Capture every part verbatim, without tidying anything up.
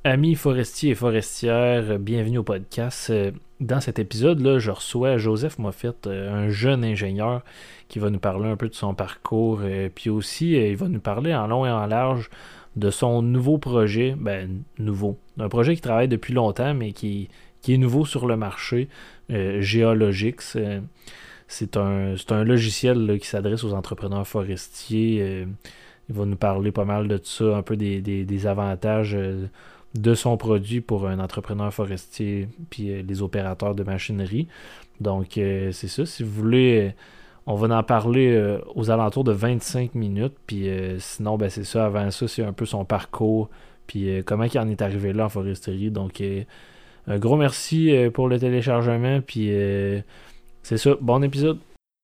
Amis forestiers et forestières, bienvenue au podcast. Dans cet épisode-là, je reçois Joseph Moffett, un jeune ingénieur qui va nous parler un peu de son parcours, puis aussi, il va nous parler en long et en large de son nouveau projet, ben nouveau, un projet qui travaille depuis longtemps, mais qui, qui est nouveau sur le marché, euh, Geologix. Euh, c'est un, c'est un logiciel là, qui s'adresse aux entrepreneurs forestiers. Euh, il va nous parler pas mal de ça, un peu des, des, des avantages euh, de son produit pour un entrepreneur forestier puis euh, les opérateurs de machinerie. Donc, euh, c'est ça. Si vous voulez, euh, on va en parler euh, aux alentours de vingt-cinq minutes. Puis euh, sinon, ben c'est ça. Avant ça, c'est un peu son parcours. Puis euh, comment il en est arrivé là en foresterie. Donc, euh, un gros merci euh, pour le téléchargement. Puis euh, c'est ça. Bon épisode.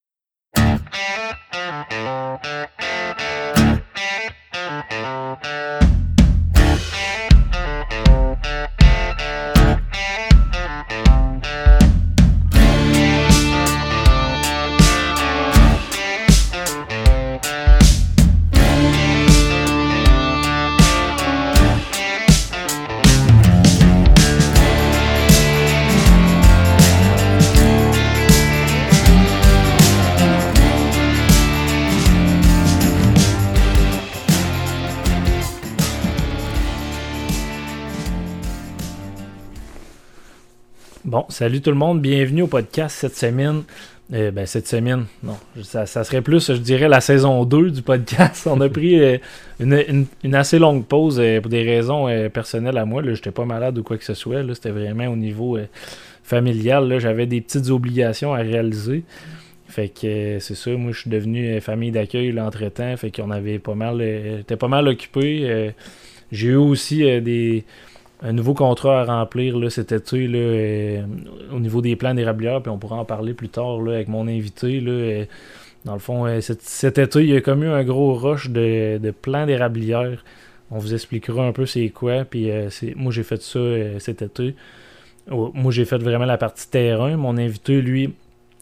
Bon, salut tout le monde, bienvenue au podcast cette semaine. Euh, ben, cette semaine, non, ça, ça serait plus, je dirais, la saison deux du podcast. On a pris euh, une, une, une assez longue pause euh, pour des raisons euh, personnelles à moi. Là, j'étais pas malade ou quoi que ce soit. Là, c'était vraiment au niveau euh, familial. Là, j'avais des petites obligations à réaliser. Fait que euh, c'est ça, moi je suis devenu euh, famille d'accueil là, entre-temps. Fait qu'on avait pas mal, euh, j'étais pas mal occupé. Euh, j'ai eu aussi euh, des... un nouveau contrat à remplir là, cet été là, euh, au niveau des plans d'érablière, puis on pourra en parler plus tard là, avec mon invité. Là, euh, dans le fond, euh, cet, cet été, il y a comme eu un gros rush de, de plans d'érablière. On vous expliquera un peu c'est quoi. Puis euh, c'est, moi, j'ai fait ça euh, cet été. Oh, moi, j'ai fait vraiment la partie terrain. Mon invité, lui,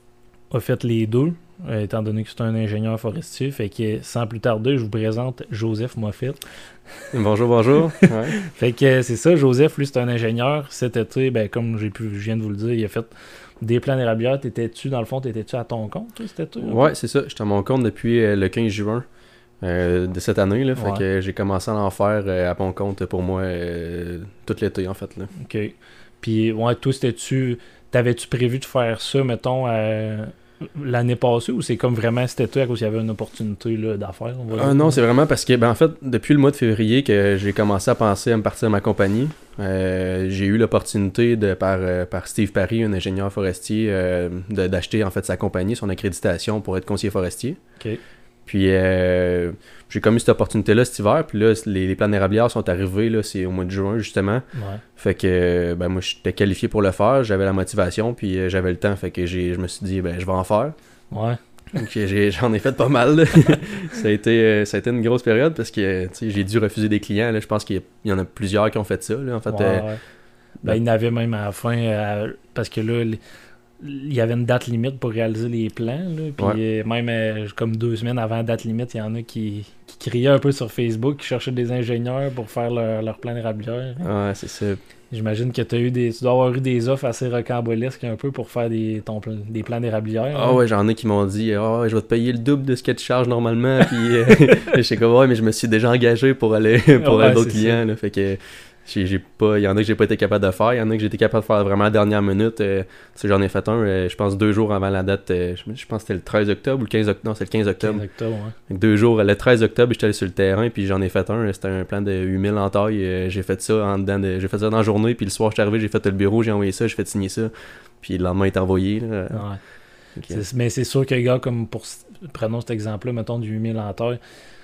a fait les deux, euh, étant donné que c'est un ingénieur forestier. Fait que sans plus tarder, je vous présente Joseph Moffett. Bonjour, bonjour. Ouais. Fait que c'est ça, Joseph, lui, c'est un ingénieur. Cet été, ben, comme j'ai pu, je viens de vous le dire, il a fait des plans d'érablière. T'étais-tu, dans le fond, t'étais-tu à ton compte, toi, cet été? Ouais, c'est ça. J'étais à mon compte depuis euh, le quinze juin euh, de cette année. Là, fait Ouais. que j'ai commencé à en faire euh, à mon compte pour moi euh, tout l'été, en fait. Là. OK. Puis, ouais, toi, c'était-tu... T'avais-tu prévu de faire ça, mettons, euh, l'année passée, ou c'est comme vraiment cet été à cause qu'il y avait une opportunité là, d'affaires? On va Ah, non, c'est vraiment parce que, ben, en fait, depuis le mois de février que j'ai commencé à penser à me partir de ma compagnie, euh, j'ai eu l'opportunité de par, euh, par Steve Parry, un ingénieur forestier, euh, de, d'acheter en fait sa compagnie, son accréditation pour être conseiller forestier. OK. Puis euh, j'ai comme eu cette opportunité-là cet hiver, puis là, les, les plans d'érablière sont arrivés, là, c'est au mois de juin, justement. Ouais. Fait que, ben moi, j'étais qualifié pour le faire, j'avais la motivation, puis euh, j'avais le temps, fait que j'ai, je me suis dit, ben je vais en faire. Ouais. Donc j'ai, j'en ai fait pas mal, là. ça, a été, euh, ça a été une grosse période, parce que, tu sais, j'ai dû refuser des clients, là. Je pense qu'il y en a plusieurs qui ont fait ça, là, en fait. Ouais, euh, ouais. Ben, il y en avait même à la fin, euh, parce que là... les... il y avait une date limite pour réaliser les plans, là, puis Ouais. euh, même euh, comme deux semaines avant la date limite, il y en a qui, qui criaient un peu sur Facebook, qui cherchaient des ingénieurs pour faire leur, leur plan d'érablière. Ouais, c'est ça. J'imagine que t'as eu des, tu dois avoir eu des offres assez rocambolesques un peu pour faire des, ton, pl- des plans d'érablière. Ah hein. ouais, j'en ai qui m'ont dit, ah ouais, je vais te payer le double de ce que tu charges normalement, puis euh, je sais comme, ouais, mais je me suis déjà engagé pour aller pour Ouais, aller d'autres c'est clients, là, fait que j'ai, j'ai pas, il y en a que j'ai pas été capable de faire, il y en a que j'ai été capable de faire vraiment à la dernière minute, euh, tu sais, j'en ai fait un, euh, je pense deux jours avant la date, euh, je, je pense que c'était le treize octobre ou le quinze octobre, non, c'est le quinze octobre. quinze octobre, hein. Fait que deux jours, le treize octobre, j'étais allé sur le terrain, puis j'en ai fait un, c'était un plan de huit mille en taille, euh, j'ai fait ça en dedans de, j'ai fait ça dans la journée, puis le soir, je suis arrivé, j'ai fait le bureau, j'ai envoyé ça, j'ai fait signer ça, puis le lendemain, il est envoyé, là. Ouais. Ok. C'est- mais c'est sûr que, gars, comme pour prenons cet exemple-là, mettons du huit mille en taille,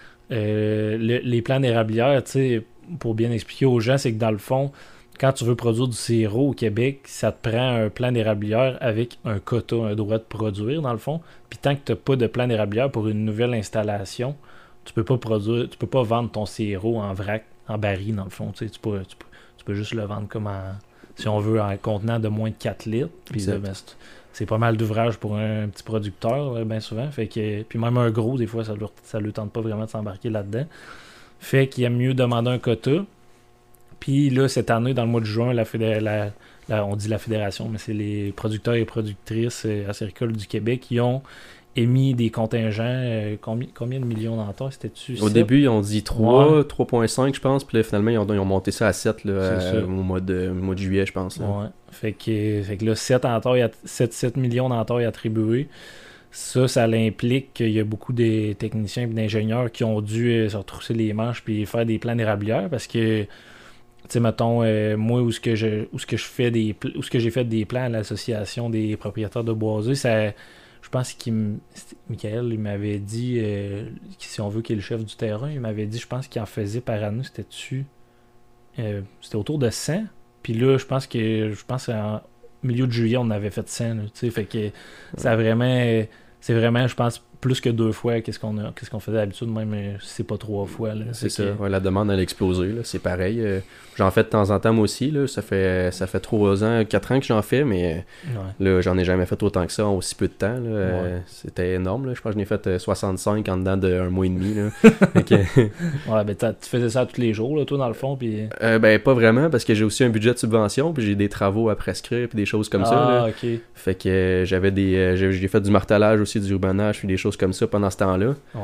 euh, le- les plans d'érablière, tu sais, pour bien expliquer aux gens, c'est que dans le fond, quand tu veux produire du sirop au Québec, ça te prend un plan d'érablière avec un quota, un droit de produire, dans le fond. Puis tant que tu n'as pas de plan d'érablière pour une nouvelle installation, tu peux pas produire, tu peux pas vendre ton sirop en vrac, en baril, dans le fond. Tu sais, tu peux, tu peux, tu peux juste le vendre comme en, si on veut, en contenant de moins de quatre litres. Puis là, ben, c'est, c'est pas mal d'ouvrage pour un petit producteur, bien souvent. Fait que, puis même un gros, des fois, ça ne lui tente pas vraiment de s'embarquer là-dedans. Fait qu'il aime mieux demander un quota. Puis là, cette année, dans le mois de juin, la, fédé- la, la- on dit la fédération, mais c'est les producteurs et productrices euh, acéricoles du Québec qui ont émis des contingents. Euh, combien, combien de millions d'hectares? C'était-tu Au sept? début, ils ont dit trois, Ouais. trois virgule cinq, je pense. Puis là, finalement, ils ont, ils ont monté ça à sept là, C'est euh, ça. au mois de, au mois de juillet, je pense. là. Ouais. Fait que, fait que là, sept, hectares, sept, sept millions d'hectares attribués. Ça, ça implique qu'il y a beaucoup de techniciens et d'ingénieurs qui ont dû euh, se retrousser les manches puis faire des plans d'érablière parce que, tu sais, mettons, euh, moi, où ce que je où ce que je fais des pl- où ce que j'ai fait des plans à l'association des propriétaires de boisés, ça, je pense qu'il m- c'était- Michael, il m'avait dit, euh, si on veut qu'il est le chef du terrain, il m'avait dit, je pense qu'il en faisait par année, c'était dessus, euh, c'était autour de cent. Puis là, je pense que, je pense en milieu de juillet, on avait fait cent, là, tu sais, fait que ça a vraiment, euh, c'est vraiment, je pense, plus que deux fois qu'est-ce qu'on a, qu'est-ce qu'on faisait d'habitude, même euh, si c'est pas trois fois, là. C'est Fait ça. que- Ouais, la demande, elle a explosé. Là. C'est pareil. euh, j'en fais de temps en temps, moi aussi. Là. Ça fait ça fait trois ans, quatre ans que j'en fais, mais Ouais. là, j'en ai jamais fait autant que ça en aussi peu de temps. Là. Euh, c'était énorme. Là. Je pense que j'en ai fait euh, soixante-cinq en dedans d'un mois et demi. Là. Fait que, Ouais, ben t'as- tu faisais ça tous les jours, là, toi, dans le fond, puis... euh, ben, pas vraiment, parce que j'ai aussi un budget de subvention, puis j'ai des travaux à prescrire, puis des choses comme ça. Là. Ah, ok. Fait que euh, j'avais des. euh, j'ai, j'ai fait du martelage aussi, du rubanage, puis des choses comme ça pendant ce temps-là. Ouais.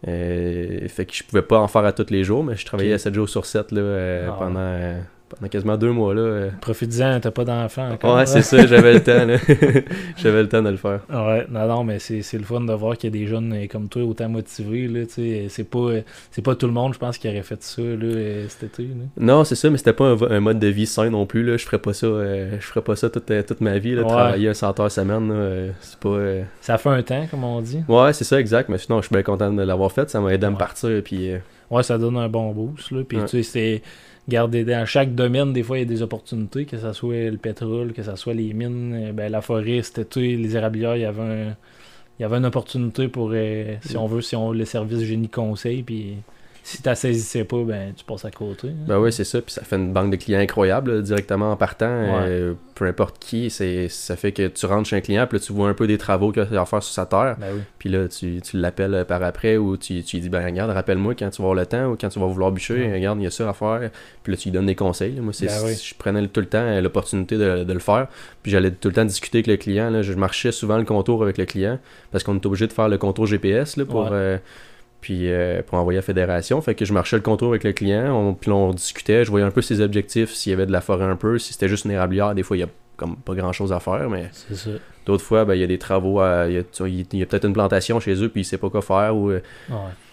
Euh, fait que je pouvais pas en faire à tous les jours, mais je travaillais Ok. sept jours sur sept là, euh, Ah, pendant, euh, pendant quasiment deux mois. Là, euh. Profite-en, t'as pas d'enfant encore. Ouais, c'est ça, j'avais le temps. Là. j'avais le temps de le faire. Ouais, non, non, mais c'est, c'est le fun de voir qu'il y a des jeunes euh, comme toi autant motivés, là, tu sais. C'est pas, euh, c'est pas tout le monde, je pense, qui aurait fait ça, là, euh, cet été, là. Non, c'est ça, mais c'était pas un, un mode de vie sain non plus. Là. Je ferais pas ça, euh, je ferais pas ça toute, euh, toute ma vie. Là, Ouais. Travailler un cent heures semaine, là, euh, c'est pas. euh, Ça fait un temps, comme on dit. Ouais, c'est ça, exact. Mais sinon, je suis bien content de l'avoir fait. Ça m'a aidé à me Ouais. partir. Puis, euh, Ouais, ça donne un bon boost, là. Puis, Ouais. tu sais, c'est... Garder dans chaque domaine, des fois, il y a des opportunités, que ce soit le pétrole, que ce soit les mines, euh, ben, la forêt, c'était tout, les érablières, il y avait un... Il y avait une opportunité pour, euh, si on veut, si on le service génie conseil, puis si tu saisissais pas, ben tu passes à côté. Hein. Ben oui, c'est ça. Puis ça fait une banque de clients incroyable là, directement en partant. Euh, peu importe qui, c'est, ça fait que tu rentres chez un client, puis là, tu vois un peu des travaux qu'il a à faire sur sa terre. Ben oui. Puis là, tu, tu l'appelles par après ou tu, tu lui dis, ben regarde, rappelle-moi quand tu vas avoir le temps ou quand tu vas vouloir bûcher. Ouais. Regarde, il y a ça à faire. Puis là, tu lui donnes des conseils. Moi, c'est, Ben oui. je prenais tout le temps euh, l'opportunité de, de le faire. Puis j'allais tout le temps discuter avec le client. Là. Je marchais souvent le contour avec le client parce qu'on est obligé de faire le contour G P S là, pour. Ouais. Euh, puis euh, pour envoyer à la fédération. Fait que je marchais le contour avec le client, on, puis là, on discutait, je voyais un peu ses objectifs, s'il y avait de la forêt un peu, si c'était juste une érablière, des fois il y a comme pas grand chose à faire, mais C'est ça. d'autres fois, ben, il y a des travaux, à- il y a, tu vois, il y a peut-être une plantation chez eux, puis il sait pas quoi faire, ou euh, Ouais.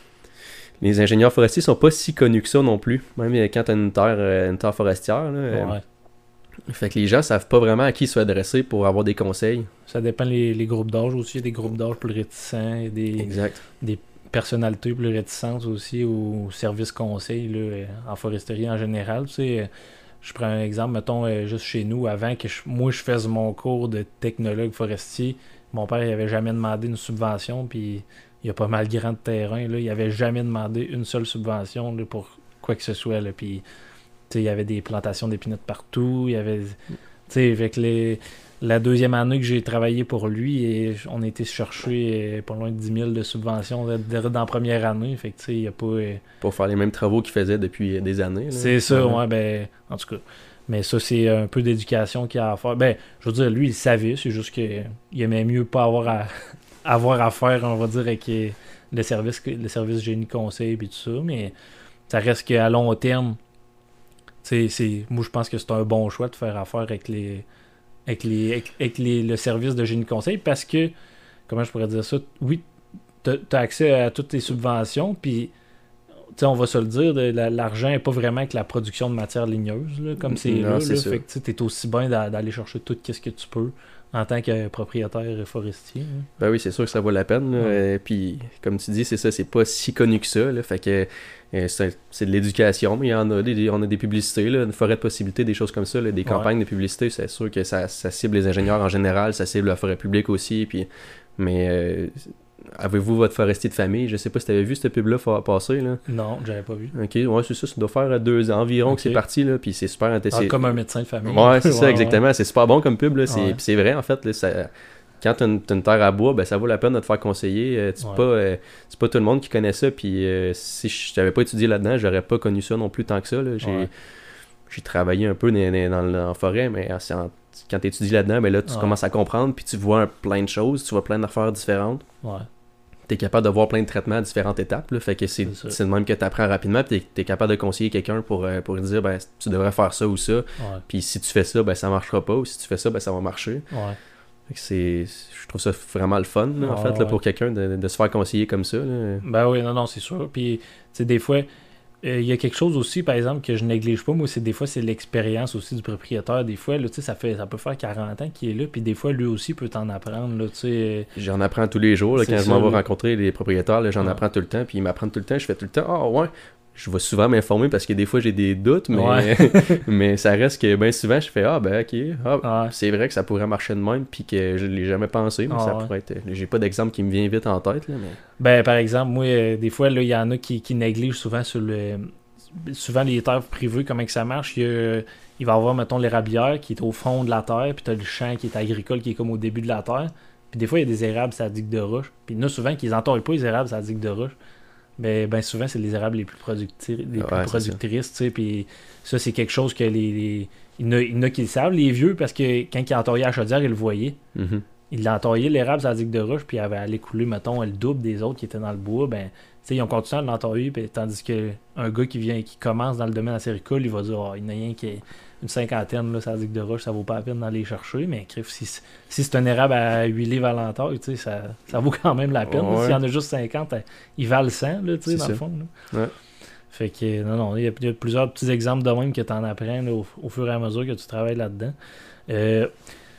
les ingénieurs forestiers sont pas si connus que ça non plus, même euh, quand t'as une terre, euh, une terre forestière, là, euh, Ouais. fait que les gens savent pas vraiment à qui se adresser pour avoir des conseils. Ça dépend les, les groupes d'âge aussi. Il y a des groupes d'âge plus réticents, il y a des Exact. personnalités plus réticentes aussi au service conseil là, euh, en foresterie en général. Tu sais, euh, je prends un exemple, mettons, euh, juste chez nous, avant que je- moi je fasse mon cours de technologue forestier, mon père il avait jamais demandé une subvention, puis il y a pas mal grand de terrain, là, il avait jamais demandé une seule subvention là, pour quoi que ce soit. Là, puis tu sais, il y avait des plantations d'épinettes partout, il y avait... Tu sais, avec les... La deuxième année que j'ai travaillé pour lui, et on a été chercher euh, pas loin de dix mille de subventions là, de- dans la première année. Fait que tu sais, il y a pas... euh, Pour faire les mêmes travaux qu'ils faisaient depuis des années. là. C'est ça, Ouais. ouais, ben... En tout cas. Mais ça, c'est un peu d'éducation qu'il y a à faire. Ben, je veux dire, lui, il savait, c'est juste qu'il aimait mieux pas avoir à, avoir à faire, on va dire, avec euh, le service, le service génie conseil et tout ça. Mais ça reste qu'à long terme, tu sais, c'est... Moi, je pense que c'est un bon choix de faire affaire avec les... avec les avec, avec les, le service de génie conseil parce que, comment je pourrais dire ça, oui, tu as accès à toutes tes subventions, puis tu sais, on va se le dire, de, la- l'argent n'est pas vraiment avec la production de matière ligneuse, là, comme c'est Non, là. c'est là. ça. Fait que tu es aussi bien d'a- d'aller chercher tout ce que tu peux en tant que propriétaire forestier. hein. Ben oui, c'est sûr que ça vaut la peine. Là. Ouais. Euh, puis, comme tu dis, c'est ça, c'est pas si connu que ça. Là. Fait que euh, c'est, c'est de l'éducation, mais il y en a des, on a des publicités, là, une forêt de possibilités, des choses comme ça, là, des Ouais. campagnes de publicité. C'est sûr que ça, ça cible les ingénieurs en général, ça cible la forêt publique aussi. Puis, mais euh, avez-vous votre forestier de famille? Je sais pas si tu avais vu cette pub-là fa- passer. Là. Non, j'avais pas vu. Ok, ouais, c'est ça, ça doit faire deux ans environ Ok. que c'est parti, là, puis c'est super Ah, intéressant. comme un médecin de famille. Ouais, c'est ça, Ouais, exactement. C'est super bon comme pub. Là. C'est, Ouais. puis c'est vrai, en fait. Là, ça, quand tu as une, t'as une terre à bois, ben, ça vaut la peine de te faire conseiller. Euh, tu Ouais. pas, euh, c'est pas tout le monde qui connaît ça. Puis euh, si je n'avais pas étudié là-dedans, j'aurais pas connu ça non plus tant que ça. Là. J'ai, Ouais. j'ai travaillé un peu dans, dans, dans, dans la forêt, mais c'est en, quand tu étudies là-dedans, ben là, tu ouais. commences à comprendre, puis tu vois un, plein de choses, tu vois plein d'affaires différentes. Ouais. Tu es capable de voir plein de traitements à différentes étapes, là, fait que c'est, c'est, c'est de même que tu apprends rapidement, puis tu es capable de conseiller quelqu'un pour, pour lui dire, ben, tu devrais faire ça ou ça, puis ouais. si tu fais ça, ben, ça marchera pas, ou si tu fais ça, ben, ça va marcher. Ouais. Fait que c'est, je trouve ça vraiment le fun, là, en ouais, fait, là, ouais. pour quelqu'un de, de se faire conseiller comme ça. Là. Ben oui, non, non, c'est sûr. Puis, tu sais, des fois, il euh, y a quelque chose aussi, par exemple, que je néglige pas. Moi, c'est des fois, c'est l'expérience aussi du propriétaire. Des fois, là, tu sais, ça fait, ça peut faire quarante ans qu'il est là, puis des fois, lui aussi peut t'en apprendre, là, tu sais. J'en apprends tous les jours, là, quand ça, je m'en vais rencontrer les propriétaires, là, j'en ouais. apprends tout le temps, puis ils m'apprennent tout le temps. Je fais tout le temps, ah oh, ouais. Je vais souvent m'informer parce que des fois j'ai des doutes, mais, ouais. mais ça reste que bien souvent je fais ah ben ok, ah, ouais. c'est vrai que ça pourrait marcher de même, puis que je l'ai jamais pensé, mais ah, ça ouais. pourrait être. J'ai pas d'exemple qui me vient vite en tête là, mais. Ben par exemple, moi euh, des fois là il y en a qui, qui négligent souvent sur le souvent les terres privées comment que ça marche. Il, y a, il va y avoir mettons l'érablière qui est au fond de la terre, puis t'as le champ qui est agricole qui est comme au début de la terre. Puis des fois il y a des érables ça digue de roche. Puis il y en a souvent qui n'entendent pas les érables ça digue de roche. Ben, ben souvent c'est les érables les plus, producti- les ouais, plus productrices, tu sais, puis ça c'est quelque chose que les, les... Il, y a, il y en a qui le savent, les vieux, parce que quand ils entaillé à la chaudière, ils le voyaient. Mm-hmm. Ils l'ont entaillé, l'érable, ça digue de roche, puis il avait allé couler, mettons, le double des autres qui étaient dans le bois, ben, tu sais, ils ont continué à l'entailler, puis, tandis qu'un gars qui vient, qui commence dans le domaine acéricole, il va dire, oh, il n'y en a rien qui est une cinquantaine, là, ça digue de roche, ça vaut pas la peine d'aller chercher, mais crif, si, si c'est un érable à huit livres à l'entaille, tu sais, ça, ça vaut quand même la peine. Ouais. S'il y en a juste cinquante, ils valent cent, là, tu sais, dans ça. Le fond. Là. Ouais. Fait que, non, non, il y, y a plusieurs petits exemples de même que tu en apprends là, au, au fur et à mesure que tu travailles là-dedans. Euh,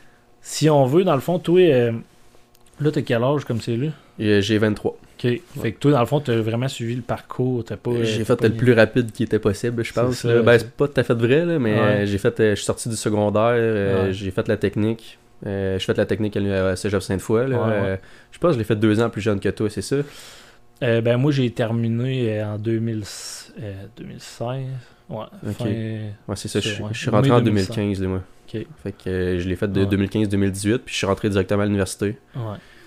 si on veut, dans le fond, toi, euh, là, t'as quel âge comme c'est là? Et j'ai vingt-trois. OK. Ouais. Fait que toi, dans le fond, t'as vraiment suivi le parcours. T'as pas, j'ai t'as fait pas le plus rapide qui était possible, je pense. C'est ça, ben, c'est... c'est pas tout à fait vrai, là, mais ouais. j'ai fait, je suis sorti du secondaire, euh, ouais. j'ai fait la technique. Euh, j'ai fait la technique à Cégep Sainte-Foy. Là, ouais, euh, ouais. Je pense que je l'ai fait deux ans plus jeune que toi, c'est ça? Euh, ben moi, j'ai terminé en deux mille, euh, deux mille seize. Ouais, okay. fin... ouais, c'est ça. ça je, ouais. je suis rentré en deux mille quinze, là, moi. Okay. Fait que euh, je l'ai fait de ouais. deux mille quinze deux mille dix-huit, puis je suis rentré directement à l'université. Ouais.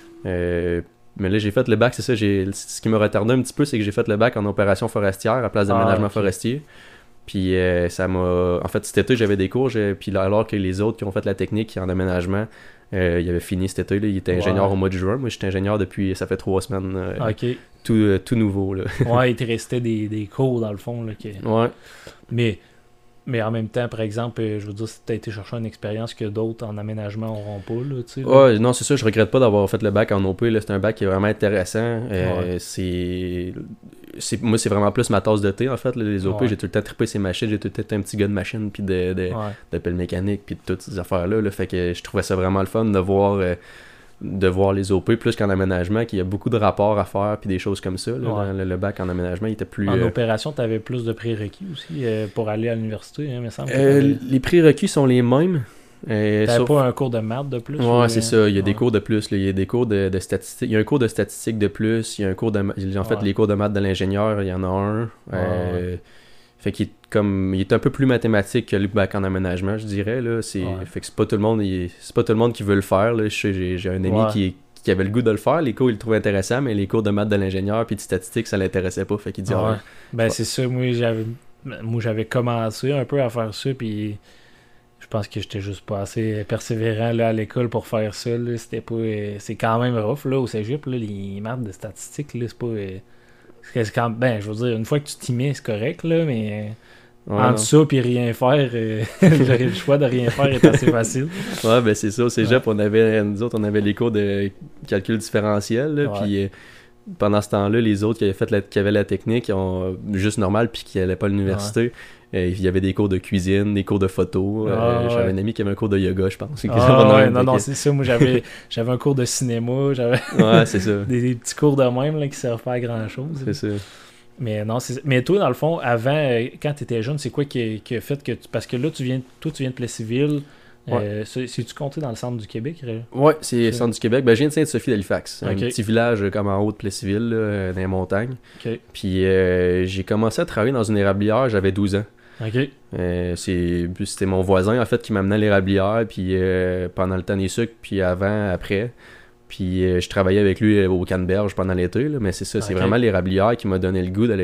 Euh, mais là, j'ai fait le bac, c'est ça. J'ai, ce qui m'a retardé un petit peu, c'est que j'ai fait le bac en opération forestière à place d'aménagement ah, okay. forestier. Puis euh, ça m'a... En fait, cet été, j'avais des cours, j'ai... puis là, alors que les autres qui ont fait la technique en aménagement, euh, ils avaient fini cet été, là, ils étaient ingénieurs ouais. au mois de juin. Moi, j'étais ingénieur depuis, ça fait trois semaines. Euh, OK. Tout, euh, tout nouveau, là. Ouais, il te restait des, des cours, dans le fond, là. Que... Ouais. Mais... Mais en même temps, par exemple, je veux dire, si tu as été chercher une expérience que d'autres en aménagement n'auront pas, là, tu sais. Ouais, non, c'est ça, je regrette pas d'avoir fait le bac en O P, là. C'est un bac qui est vraiment intéressant. Euh, ouais. c'est... c'est... Moi, c'est vraiment plus ma tasse de thé, en fait, là, les O P. Ouais. J'ai tout le temps trippé ces machines, j'ai tout le temps été un petit gars de machine, puis de, de, ouais. de pelle mécanique, puis de toutes ces affaires-là, là. Fait que je trouvais ça vraiment le fun de voir... Euh, de voir les O P plus qu'en aménagement, qu'il y a beaucoup de rapports à faire puis des choses comme ça. Là, ouais. le, le bac en aménagement, il était plus... En euh... opération, tu avais plus de prérequis aussi euh, pour aller à l'université, hein, me semble. Euh, les prérequis sont les mêmes. Euh, T'avais sauf... pas un cours de maths de plus? Ouais, ou... c'est ça. Il y a ouais. des cours de plus. Là. Il y a des cours de, de statistiques. Il y a un cours de statistiques de plus. Il y a un cours de... En fait, ouais. les cours de maths de l'ingénieur, il y en a un. Ouais. Euh... Fait qu'il est comme il est un peu plus mathématique que le bac en aménagement, je dirais. Là. C'est... Ouais. Fait que c'est pas tout le monde. Il... C'est pas tout le monde qui veut le faire. Là. Je sais, j'ai, j'ai un ami ouais. qui est qui avait le goût de le faire, les cours il le trouvait intéressant, mais les cours de maths de l'ingénieur puis de statistiques ça l'intéressait pas, fait qu'il dit ah, ouais. ben ouais. c'est ça, moi j'avais moi j'avais commencé un peu à faire ça, puis je pense que j'étais juste pas assez persévérant là, à l'école pour faire ça, là. C'était pas c'est quand même rough là au cégep, là, les maths de statistiques là, c'est pas c'est quand ben je veux dire une fois que tu t'y mets c'est correct là, mais ouais, entre non. ça puis rien faire, euh, le choix de rien faire est assez facile. Ouais, ben c'est ça. Au cégep, ouais. on avait, nous autres, on avait les cours de calcul différentiel. Là, ouais. Puis euh, pendant ce temps-là, les autres qui avaient fait la, qui avaient la technique, ils ont, juste normal, puis qui n'allaient pas à l'université, ouais. euh, il y avait des cours de cuisine, des cours de photo. Ah, euh, ouais. J'avais un ami qui avait un cours de yoga, je pense. Ah, ouais, non, non, c'est ça. Moi, j'avais, j'avais un cours de cinéma. J'avais ouais, c'est ça. des, des petits cours de même là, qui servent pas à grand-chose. C'est ça. Mais non, c'est... mais toi, dans le fond, avant, euh, quand tu étais jeune, c'est quoi qui, qui a fait que tu... Parce que là, tu viens, toi, tu viens de Plessisville. Ouais. Euh, c'est, c'est-tu compté dans le centre du Québec? Oui, c'est le centre du Québec. Ben, je viens de Sainte-Sophie d'Halifax. Okay. Un petit village comme en haut de Plessisville, là, dans les montagnes. Okay. Puis euh, j'ai commencé à travailler dans une érablière, j'avais douze ans. OK. Euh, c'est, c'était mon voisin, en fait, qui m'amenait à l'érablière, puis euh, pendant le temps des sucres, puis avant, après... Puis euh, je travaillais avec lui au Canneberge pendant l'été, là, mais c'est ça, okay. c'est vraiment l'érablière qui m'a donné le goût d'aller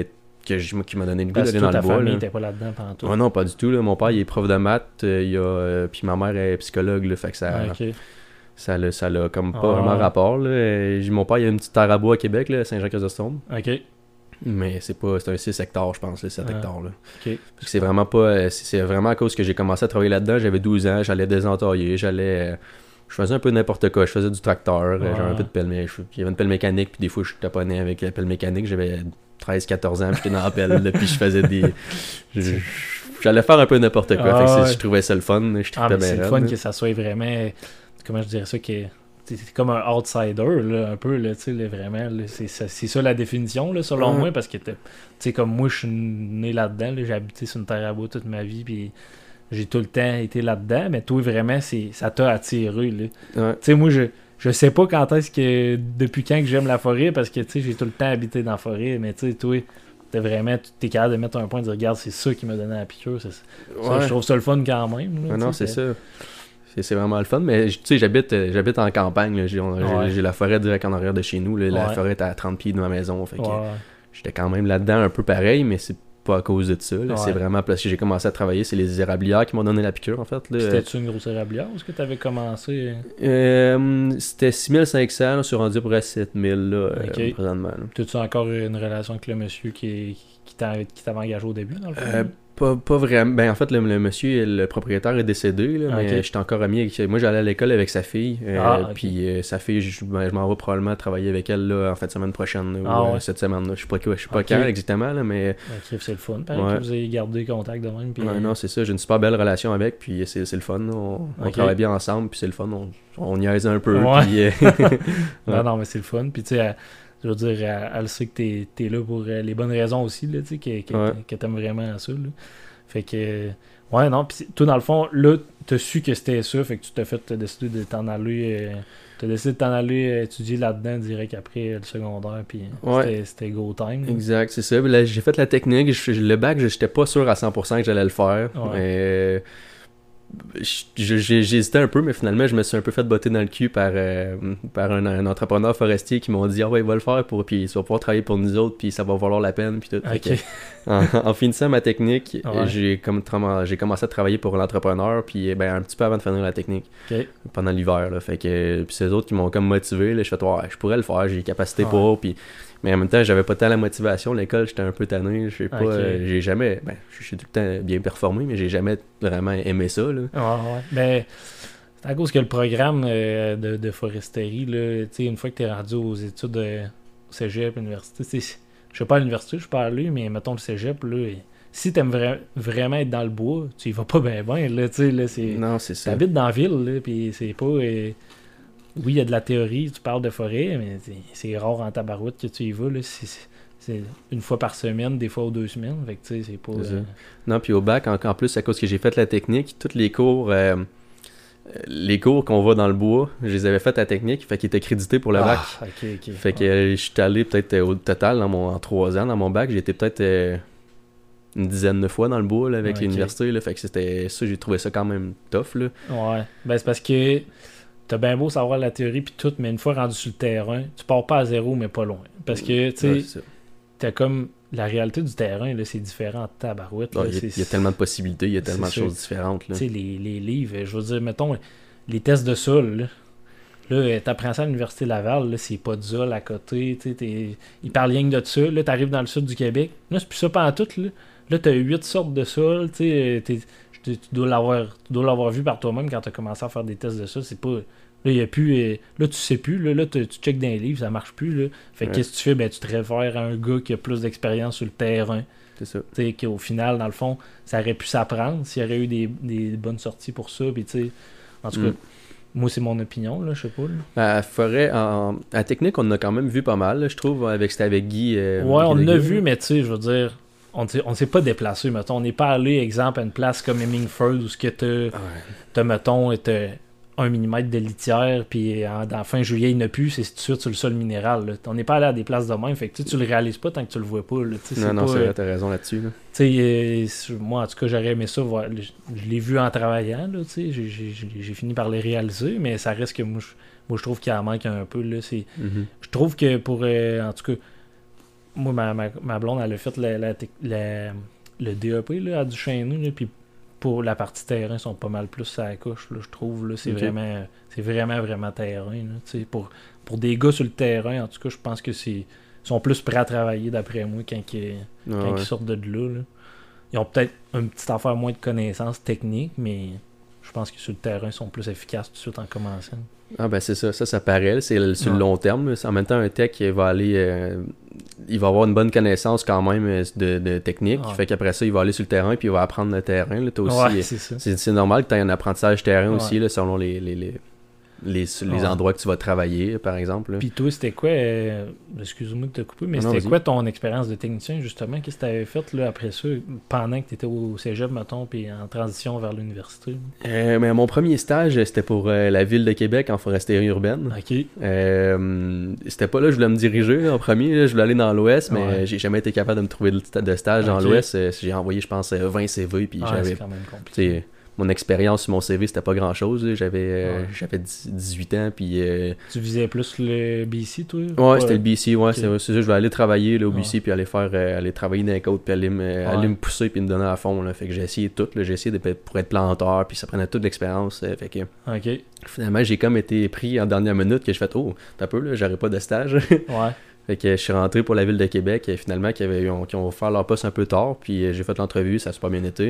que je, qui m'a donné le goût Parce d'aller que dans ta le bois. famille Là. n'était pas là-dedans pendant tout. Oh non, pas du tout. Là. Mon père, il est prof de maths, euh, il y a, euh, puis ma mère est psychologue, là, fait que ça, Ah, ok. ça, l'a, ça l'a comme pas Ah, vraiment ouais. rapport. Là. Euh, j'ai- Mon père, il a une petite terre à bois à Québec, là, Saint-Jean-Chrysostome. Ok. Mais c'est pas, c'est un six hectares, je pense, là, sept Ah. hectares. Là. Ok. Fait que c'est vraiment pas, euh, c'est, c'est vraiment à cause que j'ai commencé à travailler là-dedans. J'avais douze ans, j'allais désentailler, j'allais. euh, Je faisais un peu n'importe quoi. Je faisais du tracteur, euh, Ouais. j'avais un peu de pelle, mais je- il y avait une pelle mécanique, puis des fois je taponnais avec la pelle mécanique. J'avais treize quatorze ans, puis j'étais dans la pelle, là, puis je faisais des. je- je- J'allais faire un peu n'importe quoi. Ah, Fait que c'est- ouais. je trouvais ça le fun. Je Ah, trippais mais bien c'est le raide, fun là. que ça soit vraiment. Comment je dirais ça? Que t'es t'es comme un outsider, là, un peu, là, tu sais, là, vraiment. Là, c'est, ça, c'est ça la définition, là, selon Ouais. moi, parce que, tu sais, comme moi, je suis né là-dedans, là, j'ai habité sur une terre à bois toute ma vie, puis j'ai tout le temps été là-dedans, mais toi, vraiment, c'est, ça t'a attiré, là. Ouais. Tu sais, moi, je, je sais pas quand est-ce que, depuis quand que j'aime la forêt, parce que, tu sais, j'ai tout le temps habité dans la forêt, mais tu sais, toi, t'es vraiment, t'es capable de mettre un point et de dire, regarde, c'est ça qui m'a donné la piqûre, c'est, ça, Ouais. je trouve ça le fun quand même, là, Ouais, non, tu sais, c'est que- ça. C'est, c'est vraiment le fun, mais tu sais, j'habite, euh, j'habite en campagne. Là. J'ai, on- j'ai- Ouais. j'ai la forêt direct en arrière de chez nous. Là. La Ouais. forêt est à trente pieds de ma maison. Fait que Ouais. j'étais quand même là-dedans un peu pareil, mais c'est pas à cause de ça. Là. Ouais. C'est vraiment parce que j'ai commencé à travailler. C'est les érablières qui m'ont donné la piqûre, en fait. Là. C'était-tu une grosse érablière ou est-ce que tu avais commencé? Euh, c'était six mille cinq cents, là, je suis rendu à peu près à sept mille là, euh, Ok. présentement. là. T'as-tu encore une relation avec le monsieur qui, qui, t'a- qui t'avait engagé au début, dans le fond? Euh, pas, pas vraiment. Ben, en fait, le, le monsieur, le propriétaire est décédé, là, mais Ok. j'étais encore ami avec. Moi, j'allais à l'école avec sa fille. euh, Ah, ok. Puis euh, sa fille, je, ben, je m'en vais probablement travailler avec elle là, en fin de semaine prochaine. là, Ah, ou, euh, ouais. cette semaine. Là. Je sais pas, je sais pas Ok. quand exactement, là, mais. Ok, c'est le fun. Pareil Ouais. que vous ayez gardé contact de même. Puis, Ouais, non, c'est ça. J'ai une super belle relation avec. Puis c'est, c'est le fun. là. On, on Ok. travaille bien ensemble. Puis c'est le fun. On, on niaise un peu. Ouais. Puis, euh, Non, Ouais. non, mais c'est le fun. Puis, tu sais, elle- je veux dire, elle, elle sait que t'es, t'es là pour euh, les bonnes raisons aussi, là, tu sais, que, que, Ouais. que t'aimes vraiment ça, là. Fait que, ouais, non, puis toi, dans le fond, là, t'as su que c'était ça, fait que tu t'as fait, t'as décidé de t'en aller, euh, t'as décidé de t'en aller euh, étudier là-dedans direct après euh, le secondaire, puis Ouais. c'était, c'était go time. là. Exact, c'est ça. Puis là, j'ai fait la technique. Je- le bac, je j'étais pas sûr à cent pour cent que j'allais le faire. Ouais. Mais euh, je- je- j'ai j'ai hésité un peu, mais finalement, je me suis un peu fait botter dans le cul par, euh, par un, un entrepreneur forestier qui m'ont dit ah ouais, il va le faire, pour, puis tu vas pouvoir travailler pour nous autres, puis ça va valoir la peine. Puis tout. Fait Ok. que, en, en finissant ma technique, Ouais. j'ai, comme, tra- j'ai commencé à travailler pour l'entrepreneur, puis ben, un petit peu avant de finir la technique, Ok. pendant l'hiver. Là. Fait que, puis c'est eux autres qui m'ont comme motivé. Là. Je fais ouais, je pourrais le faire, j'ai les capacités Ouais. pour. Puis, mais en même temps, j'avais pas tant la motivation. L'école, j'étais un peu tanné. Je sais pas, Ok. euh, j'ai jamais. Ben, j'ai tout le temps bien performé, mais j'ai jamais vraiment aimé ça. Là. Ouais, ouais. Mais c'est à cause que le programme euh, de, de foresterie, là, tu sais, une fois que t'es rendu aux études euh, au cégep, l'université, tu sais, je sais pas à l'université, je suis pas allé, mais mettons le cégep, là, et- si t'aimes vra- vraiment être dans le bois, tu y vas pas bien, bien, là, tu sais, là, c'est. Non, c'est ça. T'habites dans la ville, là, pis c'est pas. euh, Oui, il y a de la théorie, tu parles de forêt, mais c'est- c'est rare en tabarouette que tu y vas, là. C'est- c'est- C'est une fois par semaine, des fois aux deux semaines. Fait que tu sais, c'est pas. C'est ça. euh, Non, puis au bac, en, en plus, à cause que j'ai fait la technique, tous les cours. euh, les cours qu'on va dans le bois, je les avais fait à technique, fait qu'ils étaient crédités pour le bac. Ah, ok, ok. Fait que Ouais. euh, je suis allé peut-être euh, au total dans mon, en trois ans dans mon bac, j'ai été peut-être euh, une dizaine de fois dans le bois là, avec Ok. l'université. Là, fait que c'était ça, j'ai trouvé ça quand même tough. Là. Ouais. Ben, c'est parce que t'as bien beau savoir la théorie puis tout, mais une fois rendu sur le terrain, tu pars pas à zéro, mais pas loin. Parce que, tu sais, Ouais, c'est ça. t'as comme. La réalité du terrain, là, c'est différent de tabarouette. Ouais, là, il, y a, c'est- il y a tellement de possibilités, il y a c'est tellement de sûr. choses différentes. Là. Tu sais, les, les livres, je veux dire, mettons, les tests de sol, là, là euh, t'apprends ça à l'Université Laval, là, c'est pas de sol à côté, tu sais, t'es- ils parlent rien que de ça, là, t'arrives dans le sud du Québec, là, c'est plus ça pas en tout, là, là, t'as huit sortes de sol, tu sais, t'es- tu tu dois l'avoir tu dois l'avoir vu par toi-même quand t'as commencé à faire des tests de sol, c'est pas... Là, y a plus, euh, là, tu sais plus, là, là tu tu checkes dans les livres, ça marche plus, là, fait que Ouais. qu'est-ce que tu fais? Ben, tu te réfères à un gars qui a plus d'expérience sur le terrain, C'est ça. tu sais, qu'au final, dans le fond, ça aurait pu s'apprendre s'il y aurait eu des, des bonnes sorties pour ça. Puis, tu sais, en tout cas, Mm. moi, c'est mon opinion, là, je sais pas. là. À forêt, en, à technique, on en a quand même vu pas mal, là, je trouve, avec c'était avec Guy. euh, ouais, on Guy en a Legueux, vu, là. mais tu sais, je veux dire, on ne on s'est pas déplacé, mettons. On n'est pas allé, exemple, à une place comme Hemingford où ce que t'as, Ouais. t'as, mettons, t'as un millimètre de litière, puis en, dans fin juillet, il n'y en a plus, c'est tout de suite sur le sol minéral. Là. On n'est pas allé à des places de même, fait que tu sais, tu le réalises pas tant que tu le vois pas. Là. Tu sais, Non, c'est non, pas, c'est euh, vrai, t'as raison là-dessus. Là. Tu sais, euh, sur- moi, en tout cas, j'aurais aimé ça. voir- Je, je l'ai vu en travaillant, là, tu sais. J'ai, j'ai, j'ai- j'ai fini par les réaliser, mais ça reste que moi, je, moi, je trouve qu'il en manque un peu, là. C'est, Mhm. je trouve que pour, euh, en tout cas, moi, ma, ma, ma blonde, elle a fait la, la, la, le D E P là, à Duchesneau, là, puis pour la partie terrain, ils sont pas mal plus à la couche, là, je trouve. Là, c'est, okay. vraiment, c'est vraiment, vraiment terrain. Là, pour, pour des gars sur le terrain, en tout cas, je pense que c'est ils sont plus prêts à travailler, d'après moi, quand, ils, ah, quand ouais. ils sortent de là, là. Ils ont peut-être une petite affaire moins de connaissances techniques, mais je pense que sur le terrain, ils sont plus efficaces tout de suite en commençant. Ah ben c'est ça, ça, ça paraît, c'est le, sur ouais. le long terme. En même temps, un tech, il va aller... Euh, il va avoir une bonne connaissance quand même de, de technique. Ouais. Fait qu'après ça, il va aller sur le terrain puis il va apprendre le terrain. Là, aussi, ouais, c'est, ça. C'est, c'est normal que tu aies un apprentissage terrain ouais. aussi, là, selon les... les, les... les, les ouais. endroits que tu vas travailler, par exemple. Là. Puis toi, c'était quoi, euh, excuse-moi de te couper, mais non, c'était non, quoi ton expérience de technicien, justement? Qu'est-ce que tu avais fait là, après ça, pendant que tu étais au cégep, mettons, puis en transition vers l'université? Euh, mais mon premier stage, c'était pour euh, la Ville de Québec en foresterie urbaine. OK. Euh, c'était pas là que je voulais me diriger, là, en premier. Là, je voulais aller dans l'Ouest, mais ouais. j'ai jamais été capable de me trouver de, de stage okay. dans l'Ouest. Euh, j'ai envoyé, je pense, vingt C V, puis ah, j'avais... c'est quand même compliqué. Mon expérience sur mon C V, c'était pas grand-chose. J'avais, euh, ouais. j'avais dix-huit ans, puis... Euh... Tu visais plus le B C, toi? Ouais, pas... c'était le B C, ouais. Okay. C'est, c'est ça, je vais aller travailler là, au ouais. B C, puis aller faire euh, aller travailler dans les côtes, puis aller me, ouais. aller me pousser, puis me donner à fond. Là. Fait que j'ai essayé tout. Là. J'ai essayé de, pour être planteur, puis ça prenait toute l'expérience. Euh, fait que... OK. Finalement, j'ai comme été pris en dernière minute, que je fais « Oh, t'as peu, là, j'aurais pas de stage. » Ouais. Fait que je suis rentré pour la Ville de Québec, et finalement, qui ont, qui ont offert leur poste un peu tard, puis j'ai fait l'entrevue, ça a super bien été.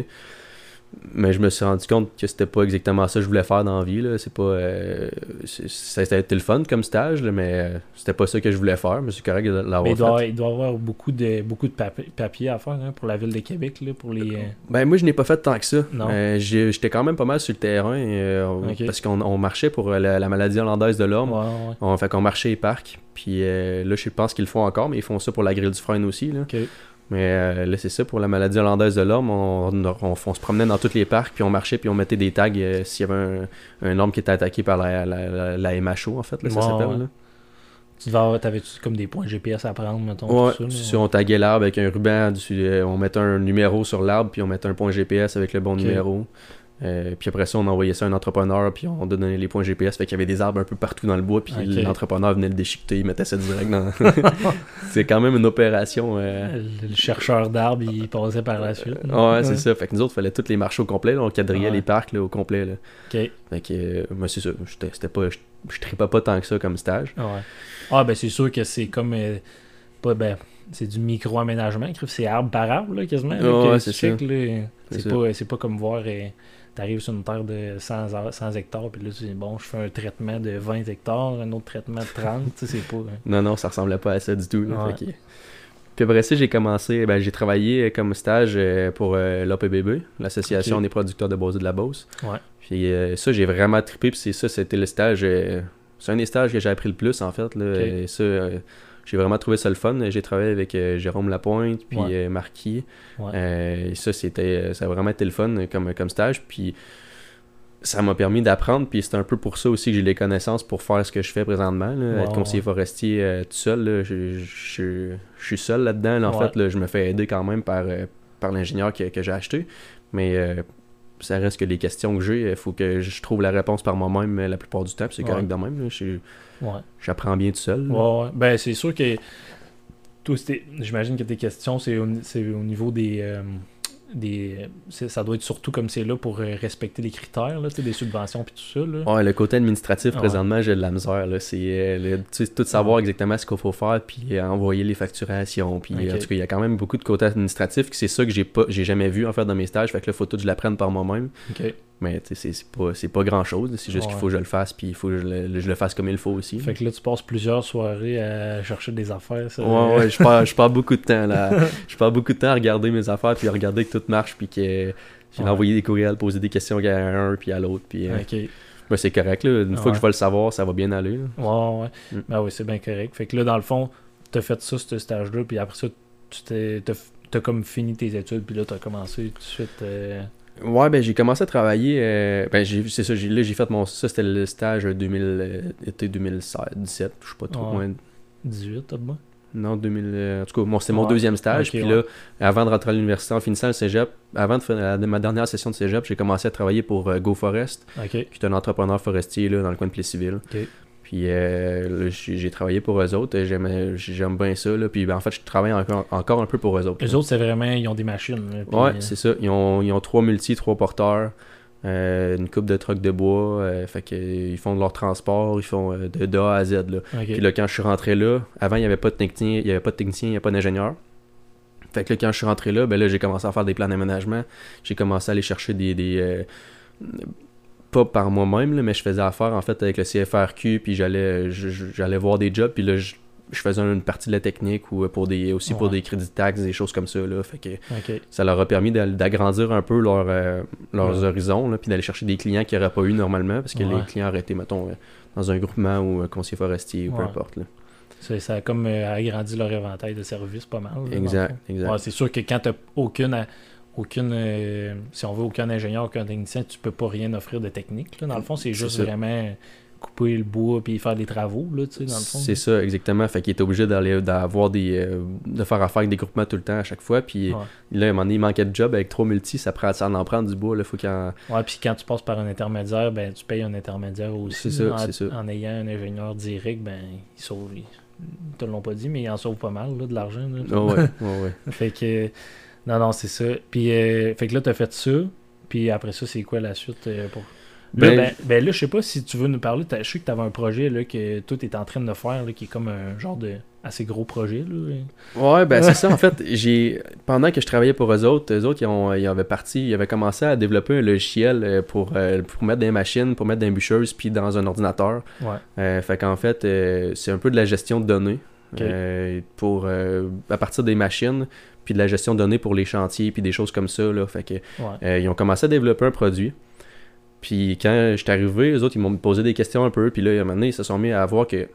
Mais je me suis rendu compte que c'était pas exactement ça que je voulais faire dans la vie. Là. C'est pas, euh, c'est, ça a été le fun comme stage, là, mais euh, c'était pas ça que je voulais faire. Mais c'est correct de l'avoir mais il doit, fait. Il doit y avoir beaucoup de, beaucoup de papier, papier à faire hein, pour la Ville de Québec. Là, pour les, euh... Ben moi, je n'ai pas fait tant que ça. Non. Euh, j'ai, j'étais quand même pas mal sur le terrain euh, okay. parce qu'on on marchait pour la, la maladie hollandaise de l'homme. Ouais, ouais. On, fait qu'on marchait les parcs. Puis euh, là, je pense qu'ils le font encore, mais ils font ça pour la grille du frein aussi. Là. Okay. Mais euh, là, c'est ça, pour la maladie hollandaise de l'homme, on, on, on, on se promenait dans tous les parcs, puis on marchait, puis on mettait des tags euh, s'il y avait un, un homme qui était attaqué par la, la, la, la M H O, en fait, là, ça ouais, s'appelle. Ouais. Là. Tu devais avoir, t'avais-tu comme des points G P S à prendre, mettons? Ouais, tout ça, si on taguait l'arbre avec un ruban, dessus, on mettait un numéro sur l'arbre, puis on mettait un point G P S avec le bon okay. numéro. Euh, puis après ça, on envoyait ça à un entrepreneur, puis on donnait les points G P S. Fait qu'il y avait des arbres un peu partout dans le bois, puis okay. l'entrepreneur venait le déchiqueter, il mettait ça direct dans. C'est quand même une opération. Euh... Le chercheur d'arbres, il passait par la suite. Euh, ouais, ouais, c'est ça. Fait que nous autres, il fallait tous les marcher au complet. Là. On quadrillait ouais. les parcs là, au complet. Là. Ok. Fait que, euh, moi, c'est ça. J'étais, c'était pas, je, je tripais pas tant que ça comme stage. Ouais. Ah, ben c'est sûr que c'est comme. Euh, pas, ben, c'est du micro-aménagement. C'est arbre par arbre, là, quasiment. Là, oh, ouais, c'est ça. Là, c'est, c'est, pas, c'est pas comme voir. Euh, T'arrives sur une terre de cent, cent hectares, puis là, tu dis, bon, je fais un traitement de vingt hectares, un autre traitement de trente, tu sais, c'est pas... Hein. Non, non, ça ressemblait pas à ça du tout. Là, ouais. fait que... Puis après ça, j'ai commencé, ben, j'ai travaillé comme stage pour euh, l'A P B B, l'Association okay. des producteurs de bois et de la Beauce. Ouais. Puis euh, ça, j'ai vraiment trippé, puis c'est ça, c'était le stage... Euh... C'est un des stages que j'ai appris le plus, en fait, là, okay. et ça... Euh... J'ai vraiment trouvé ça le fun. J'ai travaillé avec euh, Jérôme Lapointe, puis ouais. euh, Marquis. Ouais. Euh, et ça, c'était, ça a vraiment été le fun comme, comme stage. Puis ça m'a permis d'apprendre. Puis c'est un peu pour ça aussi que j'ai les connaissances pour faire ce que je fais présentement. Là, wow, être conseiller ouais. forestier euh, tout seul. Là, je, je, je suis seul là-dedans. Là, en ouais. fait, là, je me fais aider quand même par, euh, par l'ingénieur que, que j'ai acheté. Mais euh, ça reste que les questions que j'ai, il faut que je trouve la réponse par moi-même la plupart du temps. Puis c'est ouais. correct de même. Là, je, Ouais. J'apprends bien tout seul. Ouais, ouais. Ben, c'est sûr que toi, j'imagine que tes questions, c'est au, c'est au niveau des. Euh, des ça doit être surtout comme c'est là pour respecter les critères, là, des subventions et tout ça. Là. Ouais, le côté administratif, ouais. présentement, j'ai de la misère. Là. C'est euh, le, tout savoir ouais. exactement ce qu'il faut faire, puis euh, envoyer les facturations. Puis okay. en tout cas, il y a quand même beaucoup de côté administratif, c'est ça que j'ai pas j'ai jamais vu en fait dans mes stages. Fait que là, il faut tout que je l'apprenne par moi-même. Okay. Mais c'est, c'est pas c'est pas grand chose, c'est juste ouais. qu'il faut que je le fasse, puis il faut que je le, je le fasse comme il faut aussi. Fait que là, tu passes plusieurs soirées à chercher des affaires. Ça. Ouais, ouais, je perds, je perds beaucoup de temps là. Je perds beaucoup de temps à regarder mes affaires, puis à regarder que tout marche, puis que j'ai ouais. envoyé des courriels, poser des questions à un, puis à l'autre, puis. Euh, okay. Ben c'est correct, là. Une ouais. fois que je vais le savoir, ça va bien aller. Là. Ouais, ouais. Mm. Ben oui, c'est bien correct. Fait que là, dans le fond, t'as fait ça, ce stage-là, puis après ça, tu t'es, t'as, t'as comme fini tes études, puis là, t'as commencé tout de suite. Euh... Ouais, ben j'ai commencé à travailler. Euh, ben j'ai, c'est ça, j'ai, là, j'ai fait mon. Ça, c'était le stage deux mille, euh, été deux mille dix-sept, je sais pas trop. Ouais. Moins... dix-huit, t'as de moi? Non, deux mille. Euh, en tout cas, bon, c'était mon ouais. deuxième stage. Okay, puis ouais. là, avant de rentrer à l'université, en finissant le cégep, avant de faire la, ma dernière session de cégep, j'ai commencé à travailler pour euh, GoForest, okay. qui est un entrepreneur forestier là, dans le coin de Plessisville. Okay. Puis euh, là, j'ai, j'ai travaillé pour eux autres. J'aimais, j'aime bien ça. Là. Puis ben, en fait, je travaille encore, encore un peu pour eux autres. Eux là. autres, c'est vraiment, ils ont des machines. Là, puis, Ouais, euh, c'est ça. Ils ont, ils ont trois multis, trois porteurs, euh, une coupe de trucks de bois. Euh, fait que, euh, ils font de leur transport, ils font euh, de, de A à Z. Là. ok. Puis là, quand je suis rentré là, avant, il n'y avait pas de technicien, il n'y avait pas de technicien, il n'y avait pas d'ingénieur. Fait que là, quand je suis rentré là, ben là, j'ai commencé à faire des plans d'aménagement. J'ai commencé à aller chercher des... des euh, pas par moi-même, là, mais je faisais affaire en fait avec le C F R Q, puis j'allais je- je- j'allais voir des jobs, puis là je, je faisais une partie de la technique ou pour des aussi pour Ouais. des crédits de taxes, des choses comme ça là. Fait que ok. ça leur a permis d'a- d'agrandir un peu leur, euh, leurs Ouais. horizons, là, puis d'aller chercher des clients qu'ils n'auraient pas eu normalement, parce que Ouais. les clients auraient été, mettons, euh, dans un groupement ou un conseiller forestier ou peu Ouais. importe. Là. Ça, ça a comme euh, agrandi leur éventail de services pas mal. là, dans le Exact, fond. exact. Ouais, c'est sûr que quand tu n'as aucune, aucune euh, si on veut, aucun ingénieur, aucun technicien, tu peux pas rien offrir de technique. Là. Dans le fond, c'est C'est juste ça. vraiment couper le bois puis faire des travaux, là, tu sais, dans le fond. C'est ça, exactement. Fait qu'il est obligé d'aller d'avoir des. euh, de faire affaire avec des groupements tout le temps à chaque fois. Puis Ouais. là, à un moment donné, il manquait de job avec trois multis, ça, prend, ça en prend du bois. Là, faut qu'il en... Ouais, puis quand tu passes par un intermédiaire, ben tu payes un intermédiaire aussi. C'est ça, là. en, c'est ça. en ayant un ingénieur direct, ben il sauve. Ils te l'ont pas dit, mais il en sauve pas mal là, de l'argent. là. Oh, ouais, ouais, ouais. Fait que. Non, non, c'est ça. Puis, euh, fait que là, t'as fait ça. Puis après ça, c'est quoi la suite euh, pour. Là, Ben, ben, ben là, je sais pas si tu veux nous parler. t'as- Je sais que tu avais un projet là, que tout est en train de faire, là, qui est comme un genre de assez gros projet. Là. Ouais, ben c'est ça. En fait, j'ai pendant que je travaillais pour eux autres, eux autres, ils, ont, ils avaient parti, ils avaient commencé à développer un logiciel euh, pour, euh, pour mettre des machines, pour mettre des bûcheuses, puis dans un ordinateur. Ouais. Euh, fait qu'en fait, euh, c'est un peu de la gestion de données. Ok. euh, pour euh, à partir des machines, puis de la gestion de données pour les chantiers, puis des choses comme ça. Là. Fait que Ouais. euh, ils ont commencé à développer un produit. Puis quand j'étais arrivé, eux autres, ils m'ont posé des questions un peu. Puis là, à un moment donné, ils se sont mis à voir que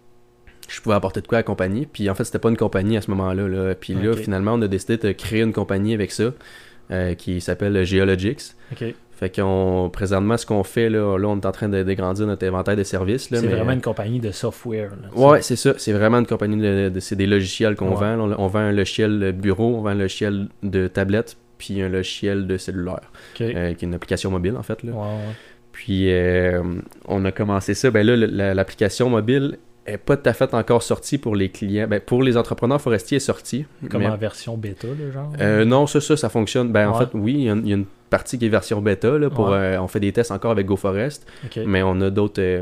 je pouvais apporter de quoi à la compagnie. Puis en fait, c'était pas une compagnie à ce moment-là. Là. Puis là, Ok. finalement, on a décidé de créer une compagnie avec ça, euh, qui s'appelle Geologix. Ok. Fait qu'on, présentement, ce qu'on fait, là, là, on est en train de dagrandir notre inventaire de services. Là, C'est mais- vraiment une compagnie de software. Là, tu Ouais, sais. c'est ça. C'est vraiment une compagnie de, de- c'est des logiciels qu'on Ouais. vend. On, on vend un logiciel bureau, on vend un logiciel de tablette, puis un logiciel de cellulaire, Ok. euh, qui est une application mobile en fait. Là. Ouais, ouais. Puis euh, on a commencé ça. Ben là, le- la- l'application mobile est pas tout à fait encore sortie pour les clients. Ben pour les entrepreneurs forestiers, elle est sortie. Comme mais- en version bêta, là, genre. euh, non, ça, ça, ça fonctionne. Ben en Ouais. fait, oui, il y, a une- il y a une partie qui est version bêta. Là, pour, Ouais. euh, on fait des tests encore avec GoForest. Ok. Mais on a d'autres euh,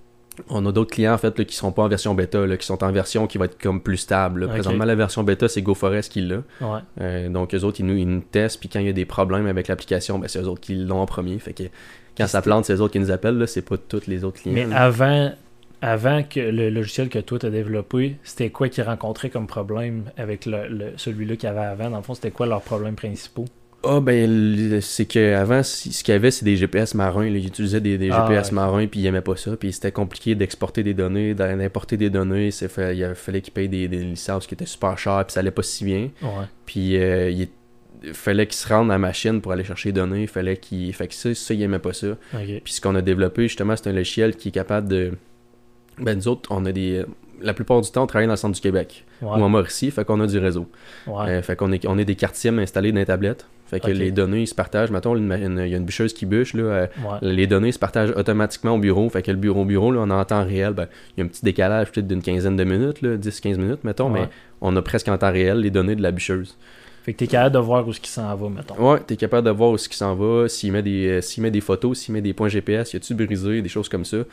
on a d'autres clients en fait là, qui sont pas en version bêta, là, qui sont en version qui va être comme plus stable. là. Ok. Présentement, la version bêta, c'est GoForest qui l'a. Ouais. Euh, donc eux autres, ils nous, ils nous testent, puis quand il y a des problèmes avec l'application, ben, c'est eux autres qui l'ont en premier. Fait que quand ça plante, c'est eux autres qui nous appellent, là, c'est pas tous les autres clients. Mais là. avant, avant que le logiciel que toi t'as développé, c'était quoi qu'ils rencontraient comme problème avec le, le- celui-là qu'il y avait avant? Dans le fond, c'était quoi leurs problèmes principaux? Ah ben le- c'est qu'avant, ce qu'il y avait, c'est des G P S marins. Là. Ils utilisaient des, des Ah, G P S ok. marins, puis ils aimaient pas ça. Puis c'était compliqué d'exporter des données, d'importer des données. C'est fait, il fallait qu'ils payent des, des licences qui étaient super chères, puis ça allait pas si bien. Ouais. Puis euh, il, il fallait qu'ils se rendent à la machine pour aller chercher les données. Il fallait qu'ils. Fait que ça, ça, ils aimaient pas ça. Ok. Puis ce qu'on a développé, justement, c'est un logiciel qui est capable de. Ben, nous autres, on a des. La plupart du temps, on travaille dans le centre du Québec Ouais. ou en Mauricie, fait qu'on a du réseau. Ouais. Euh, fait qu'on est, on est des quartiers installés dans les tablettes. Fait que Ok. les données, ils se partagent. Mettons, une- une- il y a une bûcheuse qui bûche, là. euh, Ouais. les données se partagent automatiquement au bureau. Fait que le bureau au bureau, là, on est en temps réel. Ben, il y a un petit décalage peut-être d'une quinzaine de minutes, là, dix quinze minutes, mettons, Ouais. mais on a presque en temps réel les données de la bûcheuse. Fait que t'es capable de voir où ce qui s'en va, mettons. Ouais, t'es capable de voir où ce qui s'en va, s'il met des euh, s'il met des photos, s'il met des points G P S, y a-tu brisé, des choses comme ça.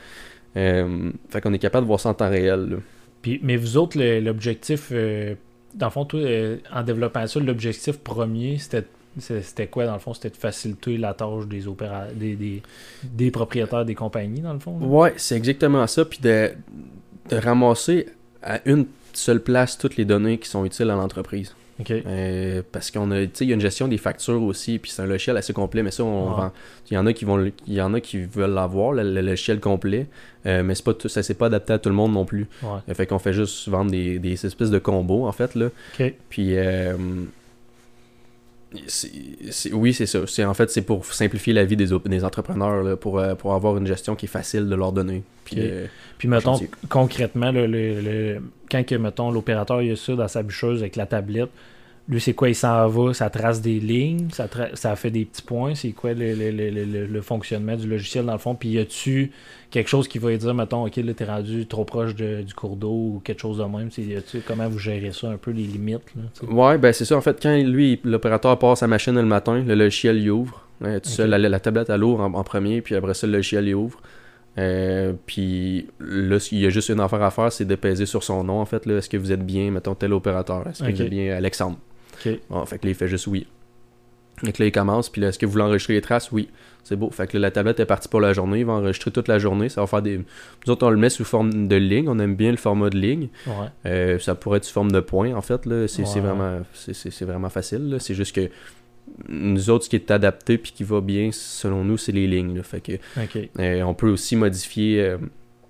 Euh, fait qu'on est capable de voir ça en temps réel. Là. Puis, mais vous autres, le- l'objectif, euh, dans le fond, toi, euh, en développant ça, l'objectif premier, c'était c'est- c'était quoi, dans le fond? C'était de faciliter la tâche des, opéra des, des, des propriétaires des compagnies, dans le fond? là? Ouais, c'est exactement ça. Puis de, de ramasser à une seule place toutes les données qui sont utiles à l'entreprise. OK. Euh, parce qu'on a, tu sais, il y a une gestion des factures aussi, puis c'est un logiciel assez complet, mais ça, on Ouais. vend. Il y en a qui vont, le- il y en a qui veulent l'avoir, le, le logiciel complet, euh, mais c'est pas tout, ça s'est pas adapté à tout le monde non plus. Ouais. Euh, fait qu'on fait juste vendre des, des espèces de combos, en fait, là. OK. Puis, euh, c'est- c'est- oui, c'est ça. C'est, en fait, c'est pour simplifier la vie des, op- des entrepreneurs, là, pour, euh, pour avoir une gestion qui est facile de leur donner. Puis, Ok. euh, Puis, mettons, chantier. concrètement, le, le- le- quand que, mettons, l'opérateur il a ça dans sa bûcheuse avec la tablette, lui, c'est quoi, il s'en va, ça trace des lignes, ça, tra- ça fait des petits points, c'est quoi le, le, le, le, le fonctionnement du logiciel dans le fond, puis y a-tu quelque chose qui va lui dire, mettons, ok, là, t'es rendu trop proche de, du cours d'eau ou quelque chose de même, y a-tu, comment vous gérez ça, un peu les limites, là, t'sais? Ouais, ben c'est ça, en fait, quand lui, l'opérateur part sa machine le matin, le logiciel il ouvre, euh, tout Ok. seul, la, la tablette elle ouvre en, en premier, puis après ça, le logiciel il ouvre. Euh, puis là, il y a juste une affaire à faire, c'est de peser sur son nom, en fait, là, est-ce que vous êtes bien, mettons, tel opérateur, est-ce que Ok. vous êtes bien Alexandre? Ok. Bon, fait que là, il fait juste oui. Fait que là, il commence, puis là, est-ce que vous l'enregistrez les traces? Oui. C'est beau. Fait que là, la tablette est partie pour la journée, il va enregistrer toute la journée, ça va faire des... Nous autres, on le met sous forme de ligne, on aime bien le format de ligne. Ouais. Euh, ça pourrait être sous forme de points, en fait, là, c'est, c'est Ouais. vraiment, c'est, c'est, c'est vraiment facile, là. C'est juste que nous autres, ce qui est adapté puis qui va bien, selon nous, c'est les lignes, là. Fait que Ok. euh, on peut aussi modifier... euh,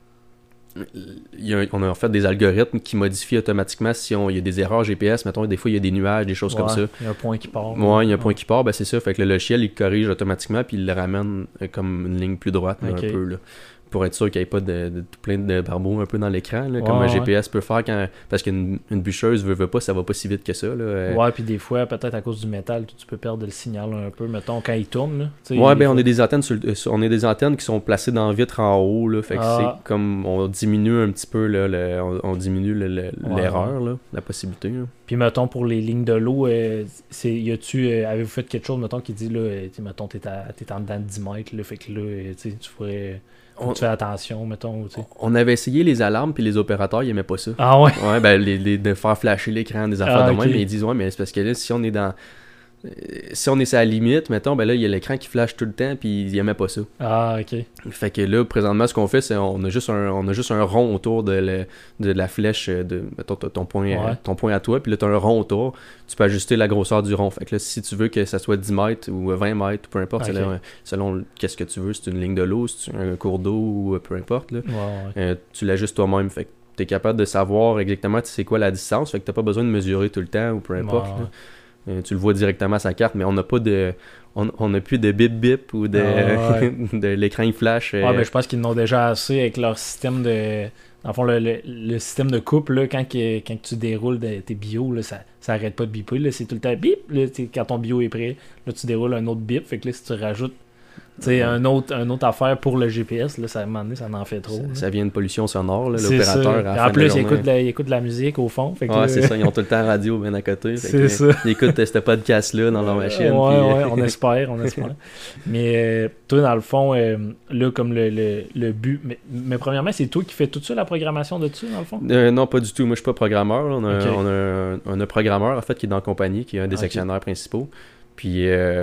il y a, on a en fait des algorithmes qui modifient automatiquement si on, il y a des erreurs G P S, mettons, des fois il y a des nuages, des choses Ouais, comme ça. il y a un point qui part. Ouais, il y a un point qui part, ben c'est ça. Fait que le logiciel, il corrige automatiquement, puis il le ramène euh, comme une ligne plus droite, là, Ok. un peu, là. Pour être sûr qu'il n'y ait pas de, de, tout plein de barbeaux un peu dans l'écran, là, Ouais, comme un ouais. G P S peut faire quand. Parce qu'une une bûcheuse veut, veut pas, ça va pas si vite que ça, là. Euh, Ouais, puis des fois, peut-être à cause du métal, tu peux perdre le signal un peu, mettons, quand il tourne, là. Tu sais, Ouais, des ben on fois- a des antennes sur, le- sur- on a des antennes qui sont placées dans la vitre en haut, là. Fait que Ah. c'est comme on diminue un petit peu là, le- on, on diminue le- le- Ouais, l'erreur, là, la possibilité. Là. Puis mettons pour les lignes de l'eau, euh, c'est y a-tu euh, avez-vous fait quelque chose mettons qui dit là, euh, tu sais, mettons t'es à t'es en dedans de dix mètres là, fait que là euh, tu sais, tu ferais faut que On, tu fais attention mettons, tu sais. on avait essayé les alarmes puis les opérateurs ils aimaient pas ça. Ah ouais. Ouais, ben les, les- de faire flasher l'écran des affaires Ah, de même, ok. mais ils disent ouais, mais c'est parce que là si on est dans euh, si on est à la limite, mettons, ben là il y a l'écran qui flash tout le temps puis ils aimaient pas ça. Ah OK. Fait que là, présentement, ce qu'on fait, c'est on a juste un, on a juste un rond autour de, le- de la flèche de mettons, t'as ton point, Ouais. euh, ton point à toi, puis là, t'as un rond autour. Tu peux ajuster la grosseur du rond. Fait que là, si tu veux que ça soit dix mètres ou vingt mètres, peu importe, Ok. selon, selon qu'est-ce que tu veux, si c'est une ligne de l'eau, si c'est un cours d'eau ou euh, peu importe, là, Ouais, ouais. euh, tu l'ajustes toi-même. Fait que t'es capable de savoir exactement c'est quoi la distance. Fait que t'as pas besoin de mesurer tout le temps ou peu importe. Ouais, là. ouais. Euh, tu le vois directement à sa carte, mais on n'a pas de. On on n'a plus de bip bip ou de, Ah, ouais. de l'écran il flash. euh, Ah, ben, je pense qu'ils en ont déjà assez avec leur système de. Dans le fond, le, le, le système de coupe, là, quand, que, quand tu déroules de, tes bio, là, ça, ça arrête pas de biper. Là, c'est tout le temps bip. Là, tu sais, quand ton bio est prêt, là, tu déroules un autre bip. Fait que là, si tu rajoutes tu sais, un autre, un autre affaire pour le G P S, là, ça, à un moment donné, ça en fait trop. Ça, là. ça vient de pollution sonore, là, C'est l'opérateur. ça. À la En fin de plus, la il journée. écoute, de la, il écoute de la musique au fond. Fait que Ouais, là, c'est ça, ils ont tout le temps la radio bien à côté. fait C'est que, ça. Ils écoutent euh, ce podcast-là dans leur machine. Ouais, puis, ouais, euh, on espère, on espère. Mais euh, toi, dans le fond, euh, là, comme le, le, le but. Mais, mais premièrement, c'est toi qui fais tout ça, la programmation de ça, dans le fond? euh, non, pas du tout. Moi, je suis pas programmeur. là. On a, Ok. on a un, on a un programmeur, en fait, qui est dans la compagnie, qui est un des Ok. actionnaires principaux. Puis, euh,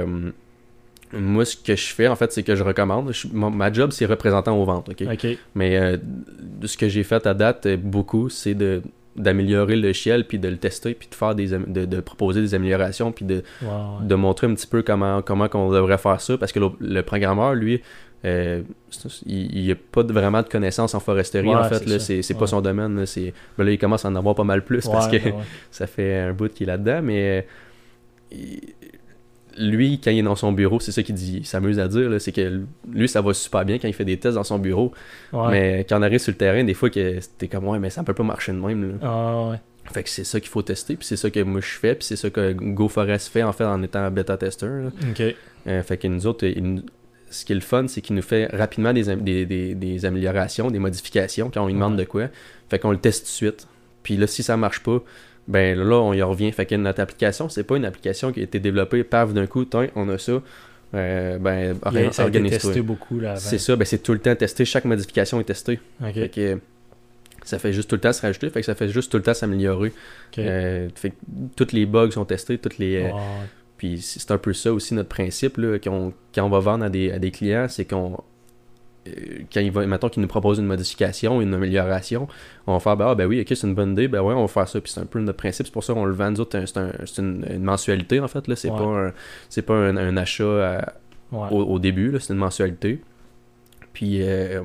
moi, ce que je fais, en fait, c'est que je recommande. Je- mon- ma job, c'est représentant aux ventes, OK? Ok. Mais euh, de ce que j'ai fait à date, euh, beaucoup, c'est de d'améliorer le logiciel, puis de le tester, puis de faire des am- de, de proposer des améliorations, puis de, Ouais, ouais. de montrer un petit peu comment comment qu'on devrait faire ça, parce que le, le programmeur, lui, euh, c'est- il n'a pas de- vraiment de connaissances en foresterie, Ouais, en fait, c'est là, ça. c'est, c'est Ouais. pas son domaine, là, c'est... ben là, il commence à en avoir pas mal plus, parce Ouais, que ouais, ouais. ça fait un bout qu'il est là-dedans, mais euh, il- lui, quand il est dans son bureau, c'est ça qu'il dit, il s'amuse à dire, là, c'est que lui, ça va super bien quand il fait des tests dans son bureau, Ouais. mais quand on arrive sur le terrain, des fois, que t'es comme, ouais, mais ça peut pas marcher de même, là. Ah, ouais. Fait que c'est ça qu'il faut tester, puis c'est ça que moi je fais, puis c'est ça que GoForest fait en fait en étant bêta-testeur. là. Ok. Euh, fait que nous autres, il nous- ce qui est le fun, c'est qu'il nous fait rapidement des, am- des, des, des améliorations, des modifications quand on lui demande Ouais. de quoi. Fait qu'on le teste tout de suite. Puis là, si ça marche pas, ben là, on y revient. Fait que notre application, c'est pas une application qui a été développée, paf, d'un coup, tiens, on a ça. Euh, ben, Il y a- ça a été organise-toi. testé beaucoup là avant. C'est ça, ben c'est tout le temps testé, chaque modification est testée. Ok. Fait que ça fait juste tout le temps se rajouter, fait que ça fait juste tout le temps s'améliorer. Ok. Euh, fait que tous les bugs sont testés, toutes les. euh, Ouais. Puis c'est c'est un peu ça aussi notre principe là, qu'on- quand on va vendre à des, à des clients, c'est qu'on euh, quand il va, mettons qu'ils nous proposent une modification, une amélioration, on va faire ben, ah, ben oui, ok, c'est une bonne idée, ben ouais, on va faire ça. Puis c'est un peu notre principe, c'est pour ça qu'on le vend, nous autres, c'est, un- c'est une, une mensualité en fait, là, c'est Ouais. pas un, c'est pas un, un achat à- Ouais. au, au début, là, c'est une mensualité. Puis euh,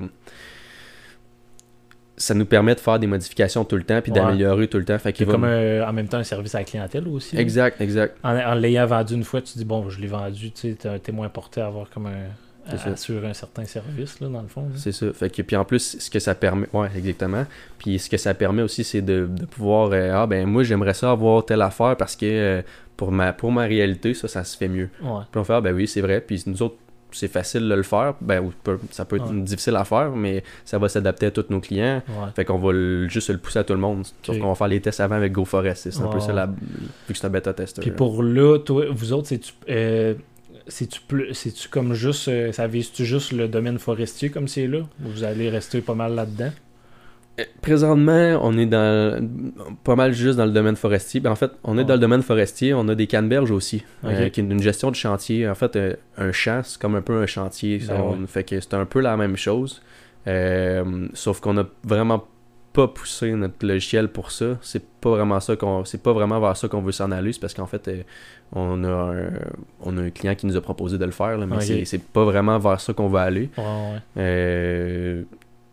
ça nous permet de faire des modifications tout le temps, puis Ouais. d'améliorer tout le temps. Fait C'est qu'il va- comme un- en même temps un service à la clientèle aussi. là. Exact, exact. En, en l'ayant vendu une fois, tu dis bon, je l'ai vendu, tu sais, t'es t'es moins porté à avoir comme un, assurer un certain service, là, dans le fond. Là. C'est ça. Fait que, puis en plus, ce que ça permet... Ouais, exactement. Puis ce que ça permet aussi, c'est de, de pouvoir... Euh, ah, ben moi, j'aimerais ça avoir telle affaire parce que euh, pour, ma, pour ma réalité, ça, ça se fait mieux. Ouais. Puis on fait, ah, ben oui, c'est vrai. Puis nous autres, c'est facile de le faire. Ben, ça peut être ouais. difficile à faire, mais ça va s'adapter à tous nos clients. Ouais. Fait qu'on va le, juste le pousser à tout le monde. Sauf okay. qu'on va faire les tests avant avec GoForest. C'est ouais. un peu ça, la, vu que c'est un bêta tester. Puis pour là, toi, vous autres, c'est-tu, euh, c'est-tu, plus, c'est-tu comme juste, euh, ça vise-tu juste le domaine forestier comme c'est là? Ou vous allez rester pas mal là-dedans? Présentement, on est dans pas mal juste dans le domaine forestier. Ben, en fait, on est ouais. dans le domaine forestier, on a des canneberges aussi, okay. euh, qui est une gestion de chantier. En fait, euh, un champ, c'est comme un peu un chantier. Ça, ben ouais. on, fait que c'est un peu la même chose. Euh, sauf qu'on a vraiment pas poussé notre logiciel pour ça. C'est pas vraiment ça qu'on. C'est pas vraiment vers ça qu'on veut s'en aller. C'est parce qu'en fait, euh, on, a un, on a un client qui nous a proposé de le faire, là, mais okay. c'est, c'est pas vraiment vers ça qu'on va aller. Ouais, ouais. Euh,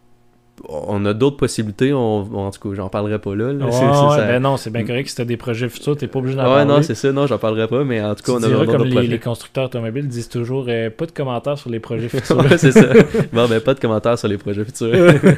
on a d'autres possibilités, on, en tout cas, j'en parlerai pas là. là. Ouais, c'est, ouais, c'est, ça... ben non, c'est bien correct. Si t'as des projets futurs, t'es pas obligé d'en ouais, parler. Ouais, non, c'est ça, non, j'en parlerai pas, mais en tout cas, tu on a diras, d'autres comme les, projets. les constructeurs automobiles disent toujours euh, pas de commentaires sur les projets futurs. Ouais, c'est ça. Bon, ben, pas de commentaires sur les projets futurs.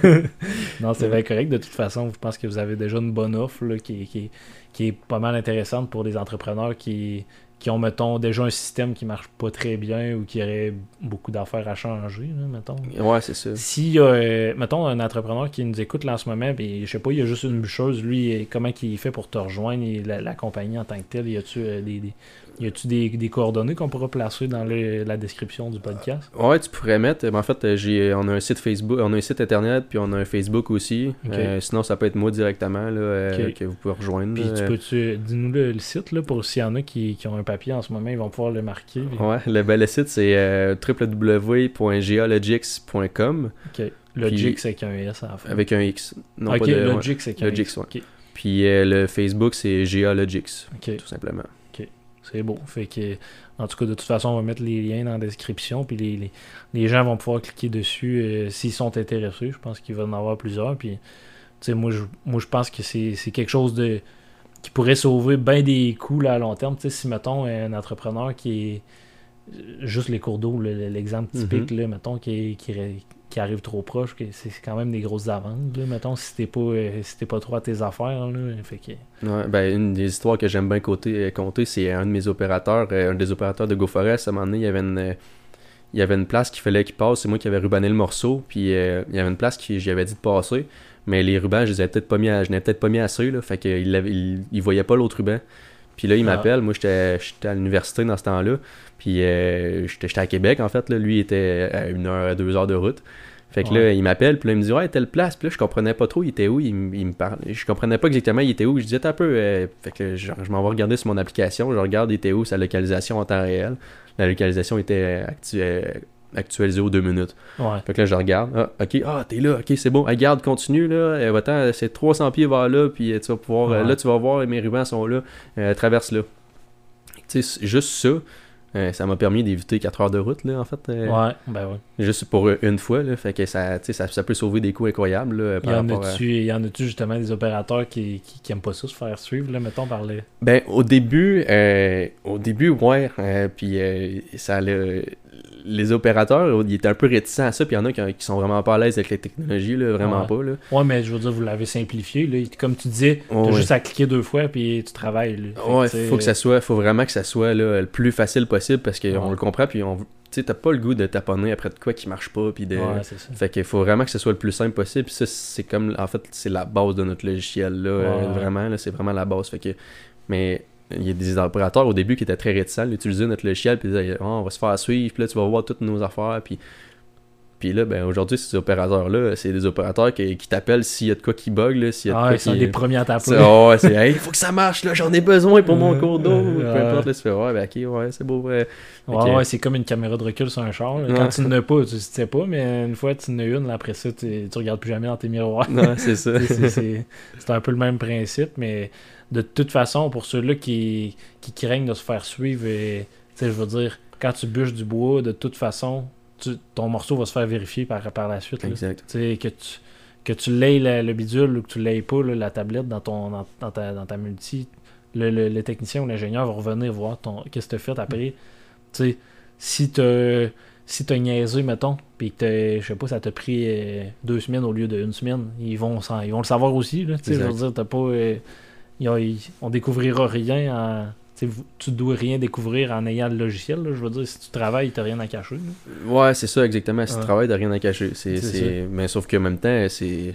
Non, c'est bien correct. De toute façon, je pense que vous avez déjà une bonne offre là, qui, qui, qui est pas mal intéressante pour des entrepreneurs qui. qui ont, mettons, déjà un système qui marche pas très bien ou qui aurait beaucoup d'affaires à changer, là, mettons. Ouais, c'est ça. S'il y a, euh, mettons, un entrepreneur qui nous écoute là en ce moment, puis je sais pas, il y a juste une bûcheuse, lui, comment il fait pour te rejoindre, la, la compagnie en tant que telle, y a-tu euh, des, des, y a-tu des, des coordonnées qu'on pourra placer dans le, la description du podcast? Ouais, tu pourrais mettre, en fait, j'ai, on a un site Facebook, on a un site internet, puis on a un Facebook aussi. Okay. Euh, sinon, ça peut être moi directement, là, euh, okay. que vous pouvez rejoindre. Puis tu peux-tu, dis-nous le, le site, là, pour s'il y en a qui, qui ont un papier en ce moment, ils vont pouvoir le marquer. Puis... Ouais, le, ben, le site, c'est euh, w w w point geologix point com. OK. Logix avec un S à la fin. Avec un X. Non, OK, pas de, Logix ouais. avec un Logix, X. ouais. Okay. Puis euh, le Facebook, c'est Geologix, okay. tout simplement. OK. C'est beau. Fait que, en tout cas, de toute façon, on va mettre les liens dans la description, puis les, les, les gens vont pouvoir cliquer dessus euh, s'ils sont intéressés. Je pense qu'il va en avoir plusieurs. Puis, tu sais, moi, je, moi, je pense que c'est, c'est quelque chose de qui pourrait sauver bien des coûts là, à long terme. Tu sais, si, mettons, un entrepreneur qui est juste les cours d'eau, le, l'exemple typique, mm-hmm. là, mettons, qui, qui, qui arrive trop proche, que c'est quand même des grosses amendes, là, mettons, si t'es pas, euh, si t'es pas trop à tes affaires. Là, fait que... Ouais, ben, une des histoires que j'aime bien compter, compter c'est un de mes opérateurs, un des opérateurs de GoForest. À un moment donné, il y avait une, il y avait une place qu'il fallait qu'il passe. C'est moi qui avais rubané le morceau, puis euh, il y avait une place que j'avais dit de passer. Mais les rubans, je les avais peut-être pas mis à, je n'avais peut-être pas mis assez, là, fait qu'il il, il voyait pas l'autre ruban. Puis là, il ah. m'appelle, moi j'étais, j'étais à l'université dans ce temps-là, puis euh, j'étais, j'étais à Québec en fait, là. Lui il était à une heure, à deux heures de route. Fait que ouais. là, il m'appelle, puis là, il me dit « Ouais, telle place », puis là, je comprenais pas trop, il était où, il, il me parlait, je comprenais pas exactement il était où, je disais un peu, euh, fait que je, je m'en vais regarder sur mon application, je regarde il était où, sa localisation en temps réel, la localisation était actuelle. actualisé aux deux minutes. Ouais. Fait que là, je regarde. Ah, ok, ah, t'es là, ok, c'est bon. Regarde, continue, là. Euh, va-t'en, c'est trois cents pieds vers là, puis tu vas pouvoir. Ouais. Euh, là, tu vas voir, mes rubans sont là. Euh, traverse là. Tu sais, juste ça, euh, ça m'a permis d'éviter quatre heures de route, là, en fait. Euh, ouais, ben ouais. Juste pour une fois, là. Fait que ça, tu sais, ça, ça peut sauver des coûts incroyables, là. Par il y en rapport a-tu, à... il y en a-tu justement des opérateurs qui, qui, qui aiment pas ça, se faire suivre, là, mettons, par les. Ben, au début, euh, au début, ouais. Euh, puis euh, ça allait. Les opérateurs, ils étaient un peu réticents à ça, puis il y en a qui, qui sont vraiment pas à l'aise avec la technologie, là, vraiment ouais. pas. Là. Ouais, mais je veux dire, vous l'avez simplifié. Là. Comme tu disais, t'as ouais. juste à cliquer deux fois, puis tu travailles. Là. Fait ouais, que, faut que ça soit, faut vraiment que ça soit là, le plus facile possible, parce qu'on ouais. le comprend, puis on, tu sais, t'as pas le goût de taponner après de quoi qui marche pas, puis de. Ouais, c'est ça. Fait qu'il faut vraiment que ce soit le plus simple possible, puis ça, c'est comme, en fait, c'est la base de notre logiciel, là, ouais. euh, vraiment, là, c'est vraiment la base. Fait que, mais. Il y a des opérateurs au début qui étaient très réticents d'utiliser notre logiciel, puis ils disaient oh, on va se faire suivre, puis là tu vas voir toutes nos affaires, puis puis là ben aujourd'hui ces opérateurs là c'est des opérateurs qui, qui t'appellent s'il y a de quoi qui bug là, s'il y a de ah, quoi ils sont qui... les premiers à t'appeler. Oh, ouais, c'est hey, il faut que ça marche là, j'en ai besoin pour mon cours d'eau, peu ouais. importe là, tu fais ouais ben ok ouais c'est beau ouais, ouais, okay. ouais c'est comme une caméra de recul sur un char là. Quand ouais. tu n'en as pas tu ne sais pas, mais une fois tu en as une là, après ça tu, tu regardes plus jamais dans tes miroirs. Non c'est ça. c'est, c'est, c'est, c'est un peu le même principe, mais de toute façon pour ceux-là qui, qui craignent de se faire suivre, et, je veux dire quand tu bûches du bois de toute façon tu, ton morceau va se faire vérifier par, par la suite. Exact. Que tu, que tu l'aies le, le bidule ou que tu l'aies pas là, la tablette dans ton dans, dans, ta, dans ta multi, le, le, le technicien ou l'ingénieur va revenir voir ton qu'est-ce que tu as fait après. T'sais, si tu si t'as niaisé, mettons, puis que je sais pas, ça t'a pris euh, deux semaines au lieu d'une semaine, ils vont, s'en, ils vont le savoir aussi. Là, je veux dire, t'as pas. Euh, y a, y, on découvrira rien en. Vous, tu ne dois rien découvrir en ayant le logiciel. Là. Je veux dire, si tu travailles, tu n'as rien à cacher. Là. Ouais, c'est ça, exactement. Si ouais. tu travailles, tu n'as rien à cacher. C'est, c'est... c'est... Mais sauf qu'en même temps, c'est.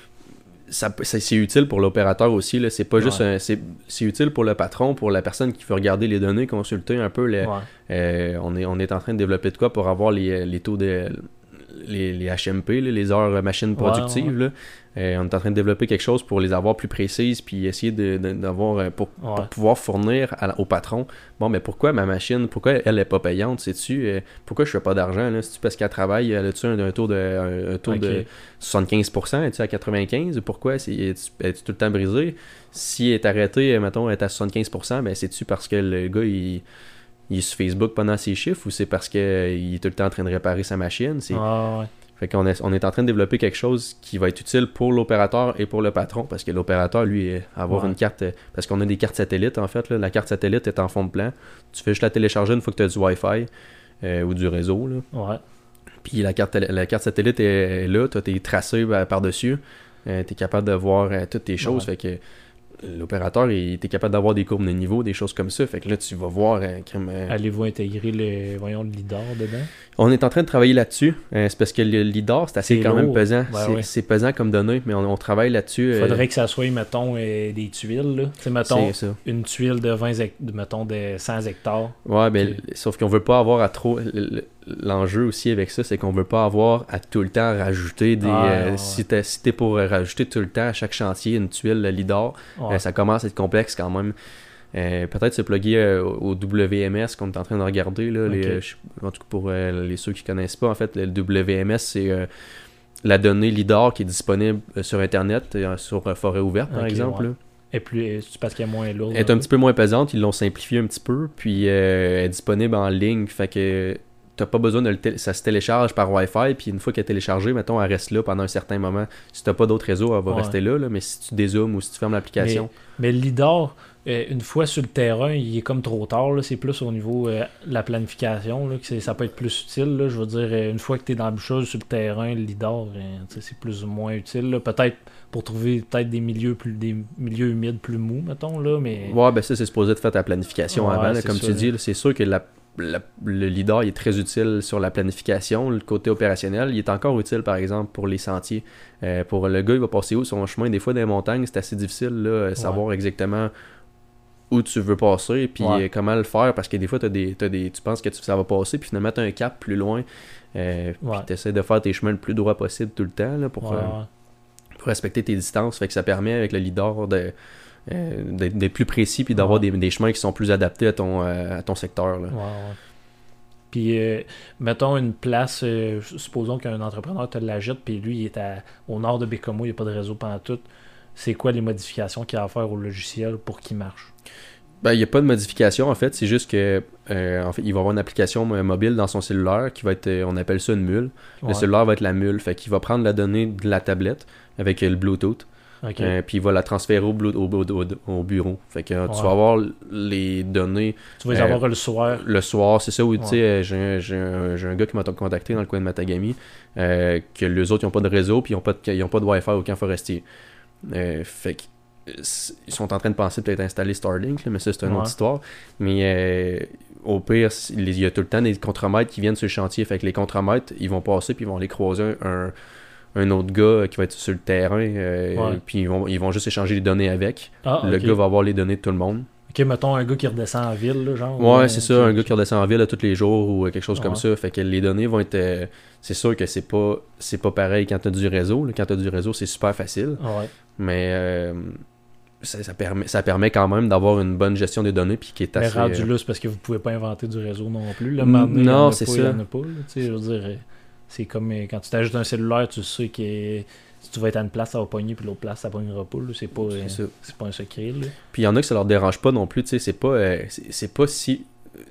Ça, c'est, c'est utile pour l'opérateur aussi. Là. C'est pas ouais. juste un, c'est, c'est utile pour le patron, pour la personne qui veut regarder les données, consulter un peu. Les, ouais. euh, on, est, on est en train de développer de quoi pour avoir les, les taux de. Les, les H M P, là, les heures machines productives. Ouais, ouais. Là. Euh, on est en train de développer quelque chose pour les avoir plus précises puis essayer de, de, d'avoir pour, ouais. pour pouvoir fournir à, au patron. Bon, mais pourquoi ma machine, pourquoi elle n'est pas payante, sais-tu? Euh, pourquoi je fais pas d'argent? Là? C'est-tu parce qu'elle travaille, elle a-tu un, un taux de un, un taux okay. de soixante-quinze pour cent, es-tu à quatre-vingt-quinze? Pourquoi? C'est, es-tu, es-tu tout le temps brisé? Si elle est arrêtée, mettons, elle est à soixante-quinze pour cent, ben c'est-tu parce que le gars, il... il est sur Facebook pendant ses chiffres ou c'est parce qu'il est tout le temps en train de réparer sa machine? C'est... Ah, ouais. Fait qu'on est, on est en train de développer quelque chose qui va être utile pour l'opérateur et pour le patron, parce que l'opérateur, lui, avoir ouais. une carte, parce qu'on a des cartes satellites, en fait, là, la carte satellite est en fond de plan. Tu fais juste la télécharger une fois que tu as du Wi-Fi euh, ou du réseau. Là. Ouais. Puis la carte, la carte satellite est, est là, tu as tes tracés ben, par-dessus, euh, tu es capable de voir euh, toutes tes choses, ouais. fait que l'opérateur, il est capable d'avoir des courbes de niveau, des choses comme ça. Fait que là, tu vas voir... Euh, comme, euh... Allez-vous intégrer le, voyons, le lidar dedans? On est en train de travailler là-dessus. Euh, c'est parce que le lidar, c'est assez c'est quand lourd. Même pesant. Ben c'est, oui. c'est pesant comme données, mais on, on travaille là-dessus. Il faudrait euh... que ça soit, mettons, euh, des tuiles. Là. T'sais, mettons, c'est ça. Une tuile de vingt hect- de, mettons, de cent hectares. Ouais, ben, puis... sauf qu'on veut pas avoir à trop... L'enjeu aussi avec ça, c'est qu'on veut pas avoir à tout le temps rajouter des... Ah, euh, ouais. Si t'es si t'es pour rajouter tout le temps à chaque chantier une tuile lidar, ouais. euh, ça commence à être complexe quand même. Euh, peut-être se plugger euh, au W M S qu'on est en train de regarder. Là, okay. les, euh, en tout cas, pour euh, les ceux qui connaissent pas, en fait, le W M S, c'est euh, la donnée lidar qui est disponible sur Internet, euh, sur euh, Forêt ouverte, par okay, exemple. Ouais. Là. Et plus, c'est parce qu'elle est moins lourde. Elle est un peu. petit peu moins pesante, ils l'ont simplifié un petit peu, puis euh, elle est disponible en ligne, fait que t'as pas besoin de le tél- ça se télécharge par Wi-Fi, puis une fois qu'elle est téléchargée, mettons, elle reste là pendant un certain moment. Si t'as pas d'autres réseaux, elle va ouais. rester là, là, mais si tu dézoomes ou si tu fermes l'application... Mais, mais le lidar, euh, une fois sur le terrain, il est comme trop tard, là, c'est plus au niveau de euh, la planification, là, que c'est, ça peut être plus utile, là, je veux dire, euh, une fois que t'es dans la bûcheuse sur le terrain, le lidar, euh, c'est plus ou moins utile, là, peut-être pour trouver peut-être des milieux plus des milieux humides plus mous, mettons, là, mais... Ouais, ben ça, c'est supposé de faire ta planification ouais, avant, là, comme ça, tu dis, là, c'est sûr que la La, le lidar il est très utile sur la planification, le côté opérationnel. Il est encore utile, par exemple, pour les sentiers. Euh, pour le gars, il va passer où son chemin? Des fois, dans les montagnes, c'est assez difficile là, ouais. savoir exactement où tu veux passer puis ouais. comment le faire, parce que des fois, t'as des, t'as des, tu penses que tu, ça va passer, puis finalement, tu as un cap plus loin. Euh, ouais. Puis tu essaies de faire tes chemins le plus droit possible tout le temps là, pour, ouais, euh, ouais. pour respecter tes distances. Fait que ça permet, avec le lidar, de... Euh, d'être, d'être plus précis puis d'avoir ouais. des, des chemins qui sont plus adaptés à ton, euh, à ton secteur. Là. Ouais, ouais. Puis, euh, mettons une place, euh, supposons qu'un entrepreneur te la jette, puis lui, il est à, au nord de Bécomo, il n'y a pas de réseau pantoute. C'est quoi les modifications qu'il y a à faire au logiciel pour qu'il marche? Ben, il n'y a pas de modification, en fait. C'est juste que euh, en fait, il va avoir une application mobile dans son cellulaire qui va être, on appelle ça une mule. Ouais. Le cellulaire va être la mule. Fait qu'il va prendre la donnée de la tablette avec le Bluetooth. Okay. Euh, puis il va la transférer au, au, au, au bureau. Fait que ouais. tu vas avoir les données. Tu vas les euh, avoir le soir. Le soir, c'est ça. Où, ouais. tu sais, j'ai, j'ai, un, j'ai un gars qui m'a contacté dans le coin de Matagami, euh, que les autres, ils n'ont pas de réseau, puis ils n'ont pas, de, ils ont pas de Wi-Fi au camp forestier. Euh, fait que ils sont en train de penser peut-être installer Starlink, là, mais ça, c'est une ouais. autre histoire. Mais euh, au pire, il y a tout le temps des contremaîtres qui viennent sur le chantier. Fait que les contremaîtres, ils vont passer, puis ils vont aller croiser un... un un autre gars qui va être sur le terrain, euh, ouais. puis ils vont, ils vont juste échanger les données avec. Ah, le okay. gars va avoir les données de tout le monde. Ok, mettons un gars qui redescend en ville, là, genre. Ouais, c'est ça, un gars qui redescend en ville à tous les jours ou quelque chose ouais. comme ça. Fait que les données vont être... Euh, c'est sûr que c'est pas c'est pas pareil quand t'as du réseau. Là. Quand t'as du réseau, c'est super facile. Ouais. Mais euh, ça, ça, permet, ça permet quand même d'avoir une bonne gestion des données puis qui est assez... Mais rendu là, c'est parce que vous pouvez pas inventer du réseau non plus. Là, donné, non, c'est pas, ça. Il y en a pas, là, tu sais, je veux dire... C'est comme euh, quand tu t'ajoutes un cellulaire, tu sais que si tu vas être à une place, ça va pogner, puis l'autre place, ça pognera pas. Là. C'est pas, euh, c'est, c'est pas un secret. Là. Puis il y en a que ça leur dérange pas non plus. Tu sais, c'est pas, euh, c'est, c'est pas si.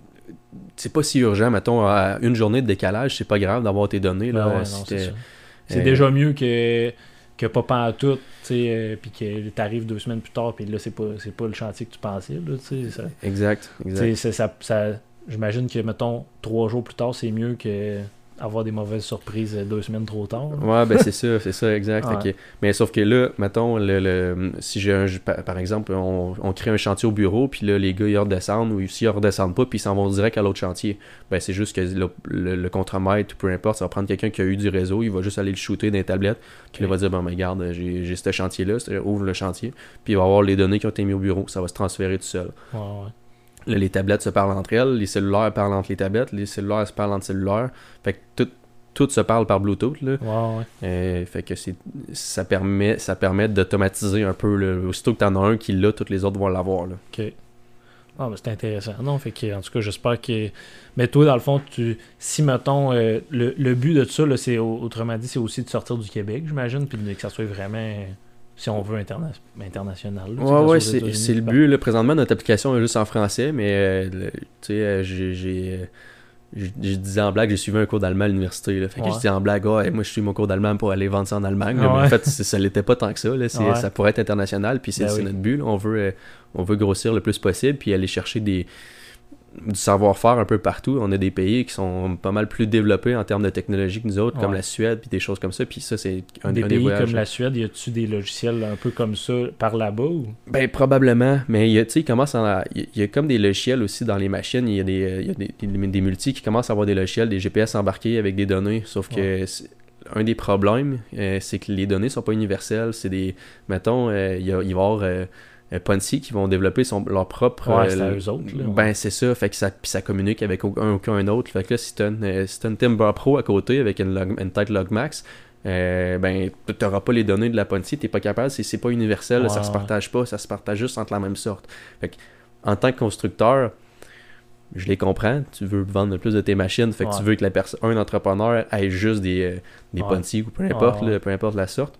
C'est pas si urgent, mettons, à une journée de décalage, c'est pas grave d'avoir tes données. Là, ben ouais, non, c'est ça. C'est euh... déjà mieux que, que pas pantoute, tu sais, euh, puis que t'arrives deux semaines plus tard, puis là, c'est pas, c'est pas le chantier que tu pensais. Là, ça, exact, exact. C'est, ça, ça, j'imagine que, mettons, trois jours plus tard, c'est mieux que avoir des mauvaises surprises deux semaines trop tard. Là. Ouais, ben c'est ça, c'est ça, exact. Ouais. Okay. Mais sauf que là, mettons, le, le, si j'ai un, par, par exemple, on, on crée un chantier au bureau, puis là, les gars, ils redescendent, ou s'ils redescendent pas, puis ils s'en vont direct à l'autre chantier. Ben c'est juste que le, le, le contremaître, peu importe, ça va prendre quelqu'un qui a eu du réseau, il va juste aller le shooter dans les tablettes, puis okay. il va dire, bon, ben regarde, j'ai, j'ai ce chantier-là, ouvre le chantier, puis il va avoir les données qui ont été mises au bureau, ça va se transférer tout seul. Ouais, ouais. Là, les tablettes se parlent entre elles, les cellulaires parlent entre les tablettes, les cellulaires se parlent entre cellulaires. Fait que tout, tout se parle par Bluetooth. Là. Ouais, ouais. Euh, fait que c'est, ça, permet, ça permet d'automatiser un peu. Là. Aussitôt que tu en as un qui l'a, tous les autres vont l'avoir. Là. OK. Ah, ben c'est intéressant. Non, fait que, en tout cas, j'espère que. Mais toi, dans le fond, tu si, mettons, euh, le, le but de tout ça, là, c'est, autrement dit, c'est aussi de sortir du Québec, j'imagine, puis que ça soit vraiment. Si on veut interna- international. Là, ouais, ouais, c'est, c'est le but. Là. Présentement, notre application est juste en français, mais euh, tu sais, euh, j'ai, j'ai, j'ai, j'ai dit en blague, j'ai suivi un cours d'allemand à l'université. Là. Fait que ouais. je dis en blague, oh, hey, moi je suis mon cours d'allemand pour aller vendre ça en Allemagne. Là, ouais. Mais en fait, c'est, ça l'était pas tant que ça. Là. C'est, ouais. Ça pourrait être international, puis c'est, ben c'est oui. notre but. Là. On veut, euh, on veut grossir le plus possible, puis aller chercher des. Du savoir-faire un peu partout. On a des pays qui sont pas mal plus développés en termes de technologie que nous autres, ouais. comme la Suède, puis des choses comme ça. Puis ça, c'est un des, un pays des voyages. Comme la Suède, y a-tu des logiciels un peu comme ça par là-bas ou? Ben probablement, mais il y a, tu sais, il commence à, il y a comme des logiciels aussi dans les machines. Il y a des, il y a des, des, des multis qui commencent à avoir des logiciels, des G P S embarqués avec des données. Sauf que ouais. un des problèmes, euh, c'est que les données sont pas universelles. C'est des, mettons, euh, il, y a, il va y avoir euh, Ponzi qui vont développer son, leur propre... Ouais, c'est à eux autres. Là, ouais. Ben, c'est ça. Fait que ça, puis ça communique avec aucun, aucun autre. Fait que là, si t'as une, euh, si t'as une Timber Pro à côté avec une, log, une tête Logmax, euh, ben, t'auras pas les données de la Ponzi, t'es pas capable, c'est, c'est pas universel, ouais, ça ouais. se partage pas, ça se partage juste entre la même sorte. Fait que, en tant que constructeur, je les comprends, tu veux vendre le plus de tes machines, fait que ouais. tu veux que la personne, un entrepreneur ait juste des, euh, des ouais. Ponzi ou peu importe, ouais, ouais. Là, peu importe la sorte.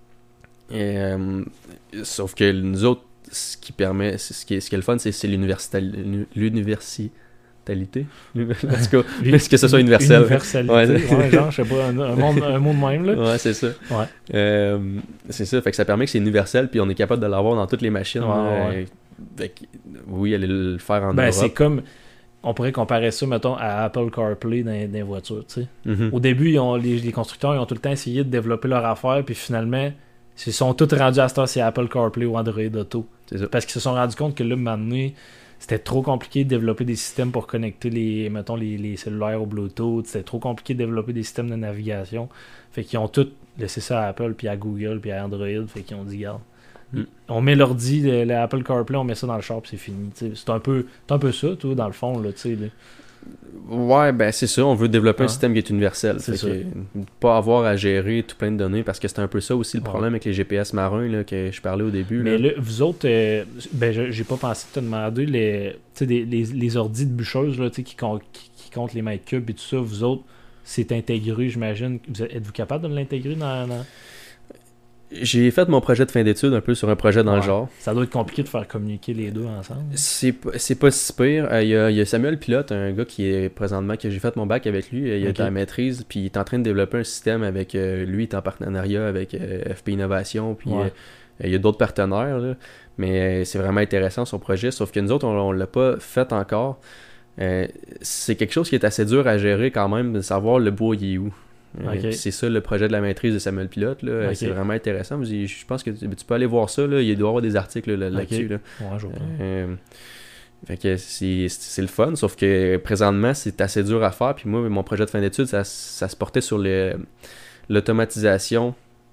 Et, euh, sauf que nous autres, ce qui permet, ce qui est, ce qui est le fun, c'est, c'est l'universitali- l'universitalité. Parce que, est-ce que ce soit universel? Universalité, ouais, ouais, genre, je sais pas, un, un, monde, un mot de même, là. Ouais, c'est ça. Ouais. Euh, c'est ça, fait que ça permet que c'est universel, puis on est capable de l'avoir dans toutes les machines. Ouais, euh, ouais. Fait que, oui, aller le faire en ben, Europe. C'est comme, on pourrait comparer ça, mettons, à Apple CarPlay dans, dans les voitures, tu sais. Mm-hmm. Au début, ils ont, les, les constructeurs, ils ont tout le temps essayé de développer leur affaire, puis finalement... Ils sont tous rendus à ce temps, c'est Apple CarPlay ou Android Auto. C'est ça. Parce qu'ils se sont rendus compte que là, maintenant, c'était trop compliqué de développer des systèmes pour connecter les, mettons, les, les cellulaires au Bluetooth. C'était trop compliqué de développer des systèmes de navigation. Fait qu'ils ont tous laissé ça à Apple, puis à Google, puis à Android. Fait qu'ils ont dit, regarde, mm. on met l'ordi, le, le Apple CarPlay, on met ça dans le char, puis c'est fini. T'sais. C'est un peu, c'est un peu ça, tout, dans le fond, là, tu sais. Là. Ouais, ben c'est ça. On veut développer ah. un système qui est universel. C'est ça. Que, pas avoir à gérer tout plein de données, parce que c'est un peu ça aussi le ouais. problème avec les G P S marins là, que je parlais au début. Mais là, là, vous autres, euh, ben j'ai pas pensé te demander les, des, les, les ordis de bûcheuse là, qui, qui, qui comptent les mètres cubes et tout ça. Vous autres, c'est intégré, j'imagine. Vous êtes, êtes-vous capable de l'intégrer dans... dans... J'ai fait mon projet de fin d'études un peu sur un projet dans ouais. le genre. Ça doit être compliqué de faire communiquer les deux ensemble. C'est, c'est pas si pire. Il euh, y, a, y a Samuel Pilote, un gars qui est présentement, que j'ai fait mon bac avec lui. Il okay. a la maîtrise, puis il est en train de développer un système avec euh, lui, il est en partenariat avec euh, F P Innovation, puis il ouais. euh, y a d'autres partenaires. Là. Mais euh, c'est vraiment intéressant son projet, sauf que nous autres, on, on l'a pas fait encore. Euh, c'est quelque chose qui est assez dur à gérer quand même, de savoir le bois il est où. Okay. C'est ça le projet de la maîtrise de Samuel Pilote. Là. Okay. C'est vraiment intéressant. Je pense que tu, tu peux aller voir ça. Là. Il doit y avoir des articles là, là-dessus. Okay. Là. Ouais, je vois. Euh, fait que c'est, c'est le fun, sauf que présentement, c'est assez dur à faire. Puis moi, mon projet de fin d'études, ça, ça se portait sur les, l'automatisation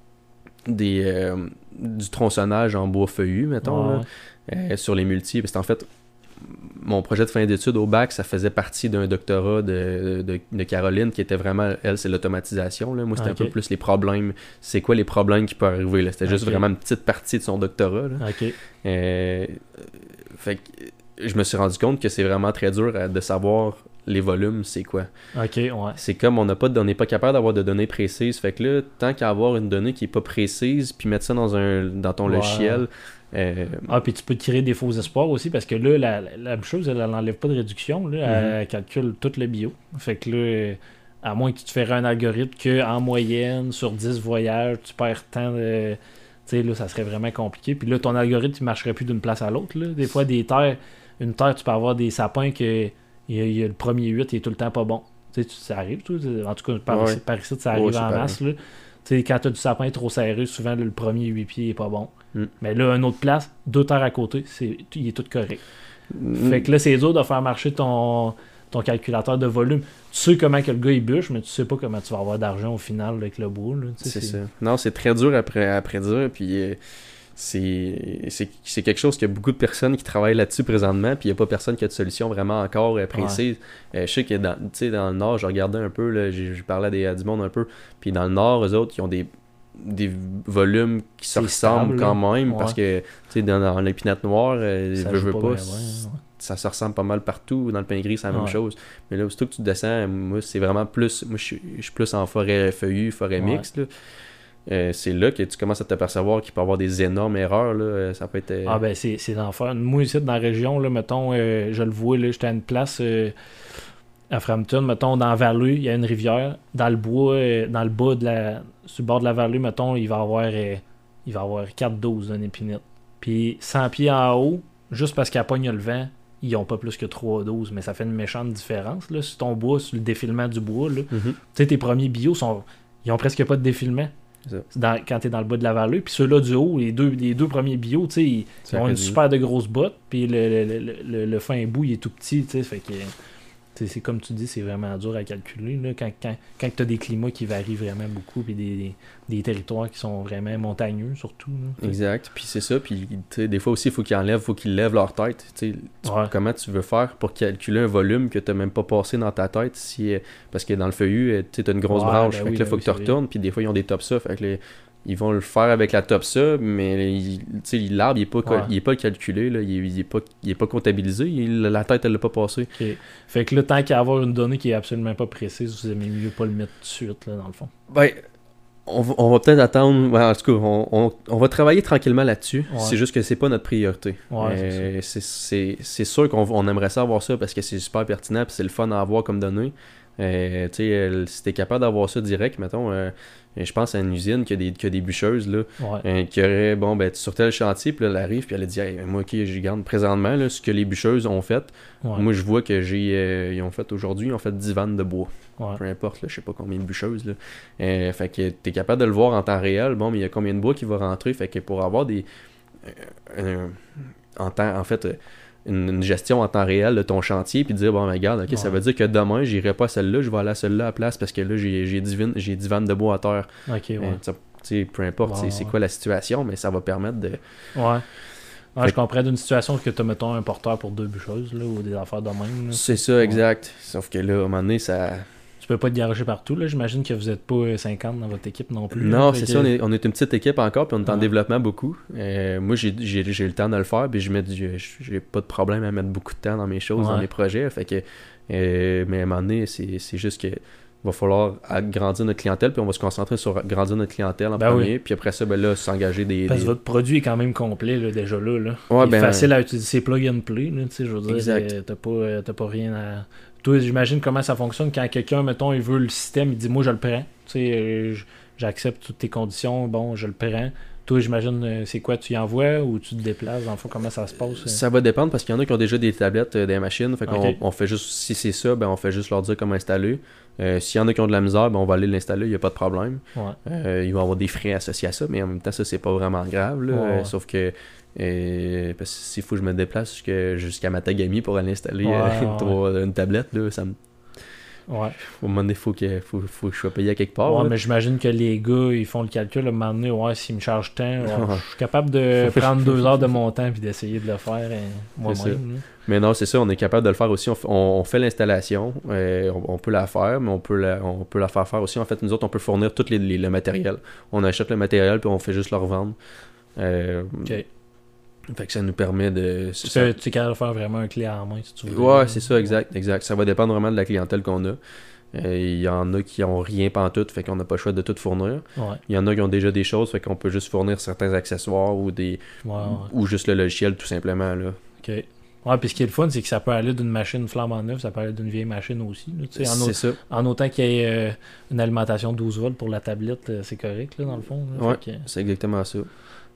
des, euh, du tronçonnage en bois feuillu, mettons, ouais. là, euh, sur les multis. Parce qu'en fait, mon projet de fin d'études au bac, ça faisait partie d'un doctorat de, de, de Caroline qui était vraiment, elle, c'est l'automatisation. Là. Moi, c'était okay. un peu plus les problèmes. C'est quoi les problèmes qui peuvent arriver? Là? C'était okay. juste vraiment une petite partie de son doctorat. Là. Okay. Euh, fait que je me suis rendu compte que c'est vraiment très dur de savoir les volumes, c'est quoi. Ok, ouais. C'est comme on n'a pas de, on n'est pas capable d'avoir de données précises. Fait que là, tant qu'à avoir une donnée qui est pas précise, puis mettre ça dans un dans ton ouais. logiciel. Euh... Ah, puis tu peux te créer des faux espoirs aussi, parce que là, la, la, la chose, elle n'enlève pas de réduction. Là, mm-hmm. Elle calcule tout le bio. Fait que là, à moins que tu te ferais un algorithme qu'en moyenne, sur dix voyages, tu perds tant de... Tu sais, là, ça serait vraiment compliqué. Puis là, ton algorithme, il marcherait plus d'une place à l'autre. Là. Des fois, des terres, une terre, tu peux avoir des sapins que il y a, il y a le premier huit, il est tout le temps pas bon. Tu sais, tu- ça arrive, tout. En tout cas, par, Ouais. ici, par ici, ça arrive Ouais, c'est en pareil. masse. Là. Tu sais, quand tu as du sapin trop serré, souvent, là, le premier huit pieds est pas bon. Mm. Mais là, une autre place, deux terres à côté, c'est, il est tout correct. Mm. Fait que là, c'est dur de faire marcher ton, ton calculateur de volume. Tu sais comment que le gars il bûche, mais tu sais pas comment tu vas avoir d'argent au final avec le bois. Là. Tu sais, C'est ça. Non, c'est très dur à, pré- à prédire, puis euh, c'est, c'est, c'est quelque chose qu'il y a beaucoup de personnes qui travaillent là-dessus présentement, puis il n'y a pas personne qui a de solution vraiment encore euh, précise. Euh, je sais que dans, tu sais, dans le Nord, je regardais un peu, là, j'ai, j'ai parlé à, des, à du monde un peu, puis dans le Nord, eux autres, ils ont des des volumes qui se C'est ressemblent stable, quand là. même Ouais. parce que tu sais dans, dans l'épinette noire euh, ça veux, joue veux pas pas, bien, ouais, ouais. ça se ressemble pas mal partout. Dans le pain gris, c'est la même Ouais. chose. Mais là, aussitôt que tu descends, moi, c'est vraiment plus. Moi, je suis, je suis plus en forêt feuillue, forêt Ouais. mixte. Là. Euh, c'est là que tu commences à t'apercevoir qu'il peut y avoir des énormes erreurs. Là. Euh, Ça peut être. euh, Ah ben c'est, c'est l'enfer. Moi ici dans la région, là, mettons, euh, je le vois, là, j'étais à une place euh, à Frampton, mettons, dans la vallée, il y a une rivière. Dans le bois, euh, dans le bas de la. Sur le bord de la vallée, mettons, il va y avoir euh, il va y avoir quatre doses d'une épinette. Puis cent pieds en haut, juste parce qu'elle pogne le vent, ils n'ont pas plus que trois doses, mais ça fait une méchante différence là, sur ton bois, sur le défilement du bois. Là. mhm. Tu sais, tes premiers bio sont. Ils ont presque pas de défilement. C'est ça. C'est dans- quand tu es dans le bas de la vallée. Puis ceux-là du haut, les deux, les deux premiers bio, tu sais, ils, Ça ils ont une réduit. super de grosse botte. Puis le, le, le, le, le fin bout, il est tout petit. Tu sais, fait que. tu sais, C'est comme tu dis, c'est vraiment dur à calculer. Là, quand quand, quand tu as des climats qui varient vraiment beaucoup, puis des, des, des territoires qui sont vraiment montagneux, surtout. Là. Exact. Puis c'est ça. Puis tu sais, des fois aussi, il faut qu'ils enlèvent, il faut qu'ils lèvent leur tête. Tu sais, tu- Ouais. Comment tu veux faire pour calculer un volume que tu n'as même pas passé dans ta tête si, euh, parce que dans le feuillu, euh, tu as une grosse Ouais, branche. ben fait oui, que là, ben faut oui, que tu c'est vrai. retournes. Puis des fois, ils ont des top ça. Fait que les- ils vont le faire avec la top ça, mais il- tu sais, l'arbre, il n'est pas, cal- Ouais. il est pas calculé. Là, il, est, il est pas, il est pas comptabilisé. Il- la tête, elle l'a pas passé. Ok. Fait que là, tant qu'à avoir une donnée qui est absolument pas précise, vous aimez mieux pas le mettre tout de suite, là, dans le fond. Ben, on va, on va peut-être attendre. Ouais, en tout cas, on, on- on va travailler tranquillement là-dessus. Ouais. C'est juste que c'est pas notre priorité. Ouais, c'est Euh, c'est, c'est, c'est sûr qu'on on aimerait ça avoir ça parce que c'est super pertinent et c'est le fun à avoir comme données. Euh, tu sais, euh, si t'es capable d'avoir ça direct, mettons, euh, je pense à une usine qui a des, qui a des bûcheuses, là, Ouais. euh, qui aurait, bon, ben, tu sortais le chantier, puis là, elle arrive, puis elle a dit, hey, moi, ok, je garde présentement, là, ce que les bûcheuses ont fait. Ouais. Moi, je vois que j'ai, euh, ils ont fait aujourd'hui, ils ont fait dix vannes de bois. Ouais. Peu importe, là, je sais pas combien de bûcheuses. Là. Euh, fait que t'es capable de le voir en temps réel. Bon, mais il y a combien de bois qui va rentrer. Fait que pour avoir des. euh, euh, en, temps, en fait, euh, une, une gestion en temps réel de ton chantier, puis dire, bon, ben, regarde, ok, ça Ouais. veut dire que demain, j'irai pas à celle-là, je vais aller à celle-là à la place parce que là, j'ai, j'ai, dix, vin- j'ai dix vannes de bois à terre. Ok, ouais. Euh, tu sais, peu importe Ouais, c'est, c'est ouais. quoi la situation, mais ça va permettre de. Ouais. Ouais, Fait je comprends d'une situation que tu as, mettons, un porteur pour deux bûcheuses, là, ou des affaires de même. Là. C'est ça, exact. Sauf que là, à un moment donné, ça. Tu peux pas te garocher partout, là. J'imagine que vous êtes pas euh, cinquante dans votre équipe non plus. Non, là. c'est Fait ça, que- on est, on est une petite équipe encore, puis on est en Ouais. développement beaucoup. Euh, moi, j'ai, j'ai, j'ai le temps de le faire, puis je mets du- j'ai, j'ai pas de problème à mettre beaucoup de temps dans mes choses, dans Ouais. mes projets. Fait que, euh, mais à un moment donné, c'est, c'est juste que va falloir agrandir notre clientèle, puis on va se concentrer sur agrandir notre clientèle en Ben premier, puis après ça, ben là, s'engager des... Parce que des- votre produit est quand même complet, là, déjà là. là. Ouais, Il est ben, facile à utiliser, c'est plug and play, là, tu sais, je veux dire. Exact. euh, T'as pas, euh, t'as pas rien à. Toi, j'imagine comment ça fonctionne quand quelqu'un, mettons, il veut le système, il dit, moi, je le prends. Tu sais, euh, j- j'accepte toutes tes conditions, bon, je le prends. Toi, j'imagine, euh, c'est quoi, tu y envoies ou tu te déplaces, dans le fond, comment ça se passe? euh? Ça va dépendre parce qu'il y en a qui ont déjà des tablettes, euh, des machines. Fait qu'on Ok. on fait juste, si c'est ça, ben on fait juste leur dire comment installer. Euh, S'il y en a qui ont de la misère, ben on va aller l'installer, il n'y a pas de problème. Ouais. Euh, il va y avoir des frais associés à ça, mais en même temps, ça, c'est pas vraiment grave. Là. Ouais, Euh, ouais. Sauf que euh, parce que s'il faut que je me déplace jusqu'à, jusqu'à Matagami pour aller installer Ouais, euh, ouais. trois- une tablette, là, ça me... Ouais. à un moment donné, il faut que, faut, faut que je sois payé à quelque part. Ouais, là. mais j'imagine que les gars, ils font le calcul, à un moment donné, ouais, s'ils me chargent tant, ouais, Ouais. je suis capable de prendre deux heures de mon temps puis d'essayer de le faire euh, C'est ça. moi-même. là. Mais non, c'est ça, on est capable de le faire aussi. On, f- on- on fait l'installation, euh, on, on peut la faire, mais on peut la, on peut la faire faire aussi. En fait, nous autres, on peut fournir tout les, les- le matériel. On achète le matériel, puis on fait juste le revendre. Euh, Ok. Fait que ça nous permet de... Tu ça- peux- tu es capable de faire vraiment un clé en main si tu veux. Ouais, c'est ça, exact, exact. Ça va dépendre vraiment de la clientèle qu'on a. Euh, Il y en a qui ont rien pantoute, fait qu'on n'a pas le choix de tout fournir. Ouais, Il y en a qui ont déjà des choses, fait qu'on peut juste fournir certains accessoires ou des ouais, ouais. ou juste le logiciel tout simplement là. Ok. Ouais, puis ce qui est le fun, c'est que ça peut aller d'une machine flambant neuve, ça peut aller d'une vieille machine aussi. Là, tu sais, en, C'est au- ça. en autant qu'il y ait euh, une alimentation douze volts pour la tablette, euh, c'est correct, là, dans le fond. Là. Ouais. Fait que, C'est exactement ça.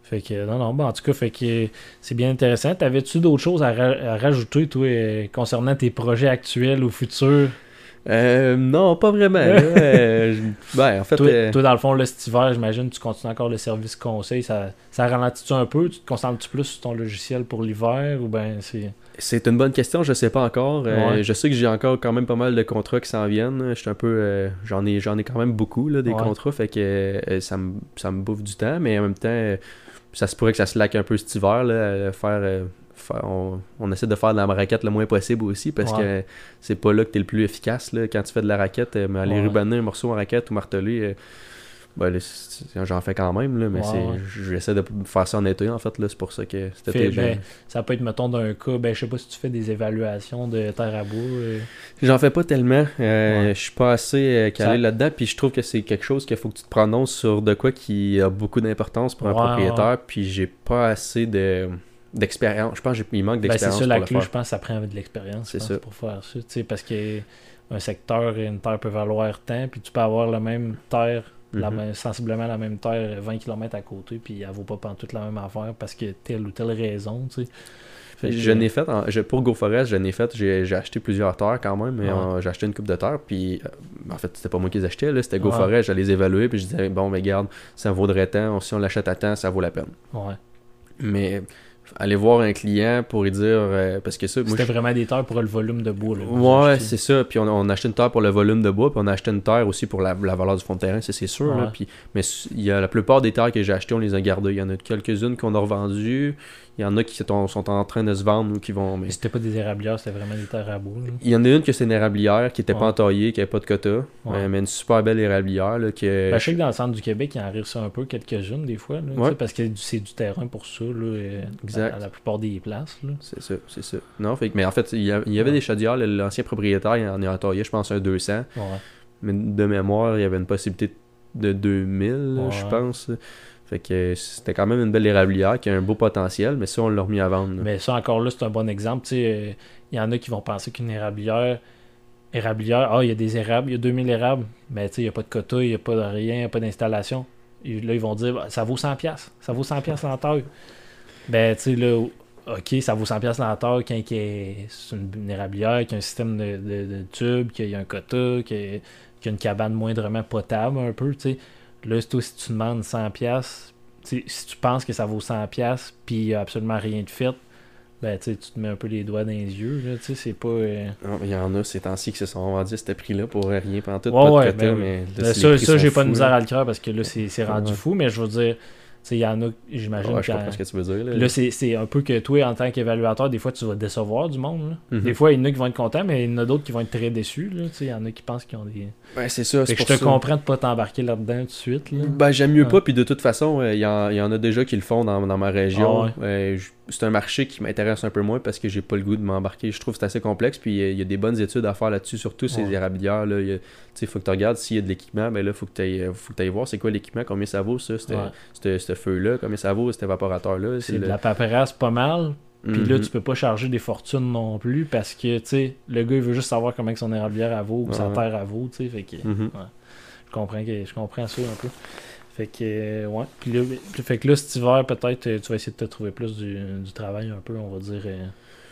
Fait que, non, non, ben, en tout cas, fait que c'est bien intéressant. T'avais-tu d'autres choses à, ra- à rajouter, toi, euh, concernant tes projets actuels ou futurs? Euh, non, pas vraiment. Là. Euh, je- ben, en fait, Toi, euh, toi, dans le fond, là, cet hiver, j'imagine, tu continues encore le service conseil. Ça, ça ralentit-tu un peu? Tu te concentres-tu plus sur ton logiciel pour l'hiver ou ben c'est. c'est une bonne question, je sais pas encore. Euh, Ouais. Je sais que j'ai encore quand même pas mal de contrats qui s'en viennent. Je suis un peu, euh, j'en ai, j'en ai quand même beaucoup là, des Ouais. contrats, fait que euh, ça me, ça me bouffe du temps, mais en même temps, euh, ça se pourrait que ça se laque un peu cet hiver là, à faire. euh, faire- on, on essaie de faire de la raquette le moins possible aussi parce Ouais. que c'est pas là que t'es le plus efficace là, quand tu fais de la raquette. euh, mais aller Ouais. rubanner un morceau en raquette ou marteler. euh, Ben, là, c'est- j'en fais quand même, là, mais Ouais, c'est, ouais. j'essaie de faire ça en été, en fait, là, c'est pour ça que cet Fait, été, j'ai- ben, ça peut être, mettons, d'un cas, ben, je sais pas si tu fais des évaluations de terre à bois. euh, j'en fais pas tellement, euh, Ouais. je suis pas assez euh, calé Ça- là-dedans, puis je trouve que c'est quelque chose qu'il faut que tu te prononces sur de quoi qui a beaucoup d'importance pour un Ouais, propriétaire, puis j'ai pas assez de d'expérience, je pense qu'il manque Ben, c'est d'expérience ça, pour la le clé, faire. je pense, ça prend de l'expérience, je C'est pense, ça. pour faire ça. Tu sais, parce que un secteur et une terre peut valoir tant, puis tu peux avoir la même terre, la Mhm. même- sensiblement la même terre vingt kilomètres à côté, puis elle vaut pas pantoute la même affaire parce que telle ou telle raison, tu sais. Fait que- Je n'ai fait, en- je- pour GoForest, je n'ai fait, j'ai j'ai acheté plusieurs terres quand même, mais Ouais. euh, j'ai acheté une coupe de terres, puis euh, en fait, c'était pas moi qui les achetais, là, c'était Ouais. GoForest, je les évaluais, puis je disais, bon, mais garde, ça vaudrait tant, si on l'achète à temps, ça vaut la peine. Ouais. Mais aller voir un client pour lui dire, euh, parce que ça, moi, C'était je- vraiment des terres pour le volume de bois. Là, que vous ouais, achetez. c'est ça, puis on, on a acheté une terre pour le volume de bois, puis on a acheté une terre aussi pour la, la valeur du fond de terrain, ça c'est sûr, là, Ouais. puis, mais s- il y a la plupart des terres que j'ai achetées, on les a gardées, il y en a quelques-unes qu'on a revendues, il y en a qui sont, sont en train de se vendre ou qui vont, mais Mais c'était pas des érablières, c'était vraiment des terres à bois. là. il y en a une que c'est une érablière qui était Ouais. pas entaillée, qui avait pas de quota, Ouais. euh, mais une super belle érablière là, que Ben, je sais que dans le centre du Québec, il en arrive ça un peu, quelques-unes des fois, là, tu Ouais. sais, parce que c'est du terrain pour ça, là, euh, Exact. à, à la plupart des places. Là. c'est ça, c'est ça. Non, fait que- mais en fait, il y, a- il y avait Ouais. des chaudières, le- l'ancien propriétaire, il en a entaillé, je pense, un deux cents, Ouais. mais de mémoire, il y avait une possibilité de deux mille, là, Ouais. je pense. Fait que c'était quand même une belle érablière qui a un beau potentiel, mais ça, on l'a remis à vendre. là. Mais ça, encore là, c'est un bon exemple. Tu sais, euh, il y en a qui vont penser qu'une érablière, érablière, ah, il y a des érables, il y a deux mille érables, mais tu sais, il n'y a pas de quota, il n'y a pas de rien, il n'y a pas d'installation. Et là, ils vont dire, bah, ça vaut cent piastres, ça vaut cent piastres en taille. Ben, tu sais, là, ok, ça vaut cent piastres en taille quand il y a- c'est une, une érablière, qui a un système de, de, de tubes, qu'il y a un quota, qu'il y a, qu'il y a une cabane moindrement potable un peu, tu sais. Là, c'est toi, si tu demandes cent piastres, tu sais, si tu penses que ça vaut cent piastres, puis il n'y a absolument rien de fait, ben, tu sais, tu te mets un peu les doigts dans les yeux, là, tu sais, c'est pas... euh, Non, il y en a ces temps-ci qui se sont vendus à ce prix-là pour rien pendant tout, Ouais, pas de ouais, quota, ben oui. mais là, Ben, les ça, prix ça sont j'ai pas de fous, misère là. à le cœur parce que là, c'est c'est rendu Ouais. fou, mais je veux dire, tu sais, il y en a, j'imagine, Ouais, je quand- comprends ce que tu veux dire. Là, Là, c'est c'est un peu que toi, en tant qu'évaluateur, des fois, tu vas décevoir du monde. là. Mhm. Des fois, il y en a qui vont être contents, mais il y en a d'autres qui vont être très déçus. Là. Tu sais, il y en a qui pensent qu'ils ont des. Ouais, c'est ça, Fait c'est que je pour te ça. comprends de pas t'embarquer là-dedans tout de suite. Là. Ben, j'aime mieux Ouais. pas, puis de toute façon, euh, il y, en, il y en a déjà qui le font dans, dans ma région. Ah Euh, je- c'est un marché qui m'intéresse un peu moins parce que j'ai pas le goût de m'embarquer. Je trouve que c'est assez complexe, puis euh, il y a des bonnes études à faire là-dessus, surtout ces Ouais. érablières. Là, il y a- tu sais, faut que tu regardes s'il y a de l'équipement, ben là, faut que tu ailles, faut que tu ailles voir c'est quoi l'équipement, combien ça vaut, ça, ce Ouais. feu-là, combien ça vaut, cet évaporateur-là. C'est de le- la paperasse pas mal. Puis là, Mhm. tu peux pas charger des fortunes non plus parce que, tu sais, le gars, il veut juste savoir comment que son érablière elle vaut ou Ouais, sa ouais. terre elle vaut, tu sais. Fait que. Mhm. Je comprends, que, je comprends ça un peu. Fait que, euh, ouais. Puis là, puis- fait que là, cet hiver, peut-être, euh, tu vas essayer de te trouver plus du, du travail un peu, on va dire. euh,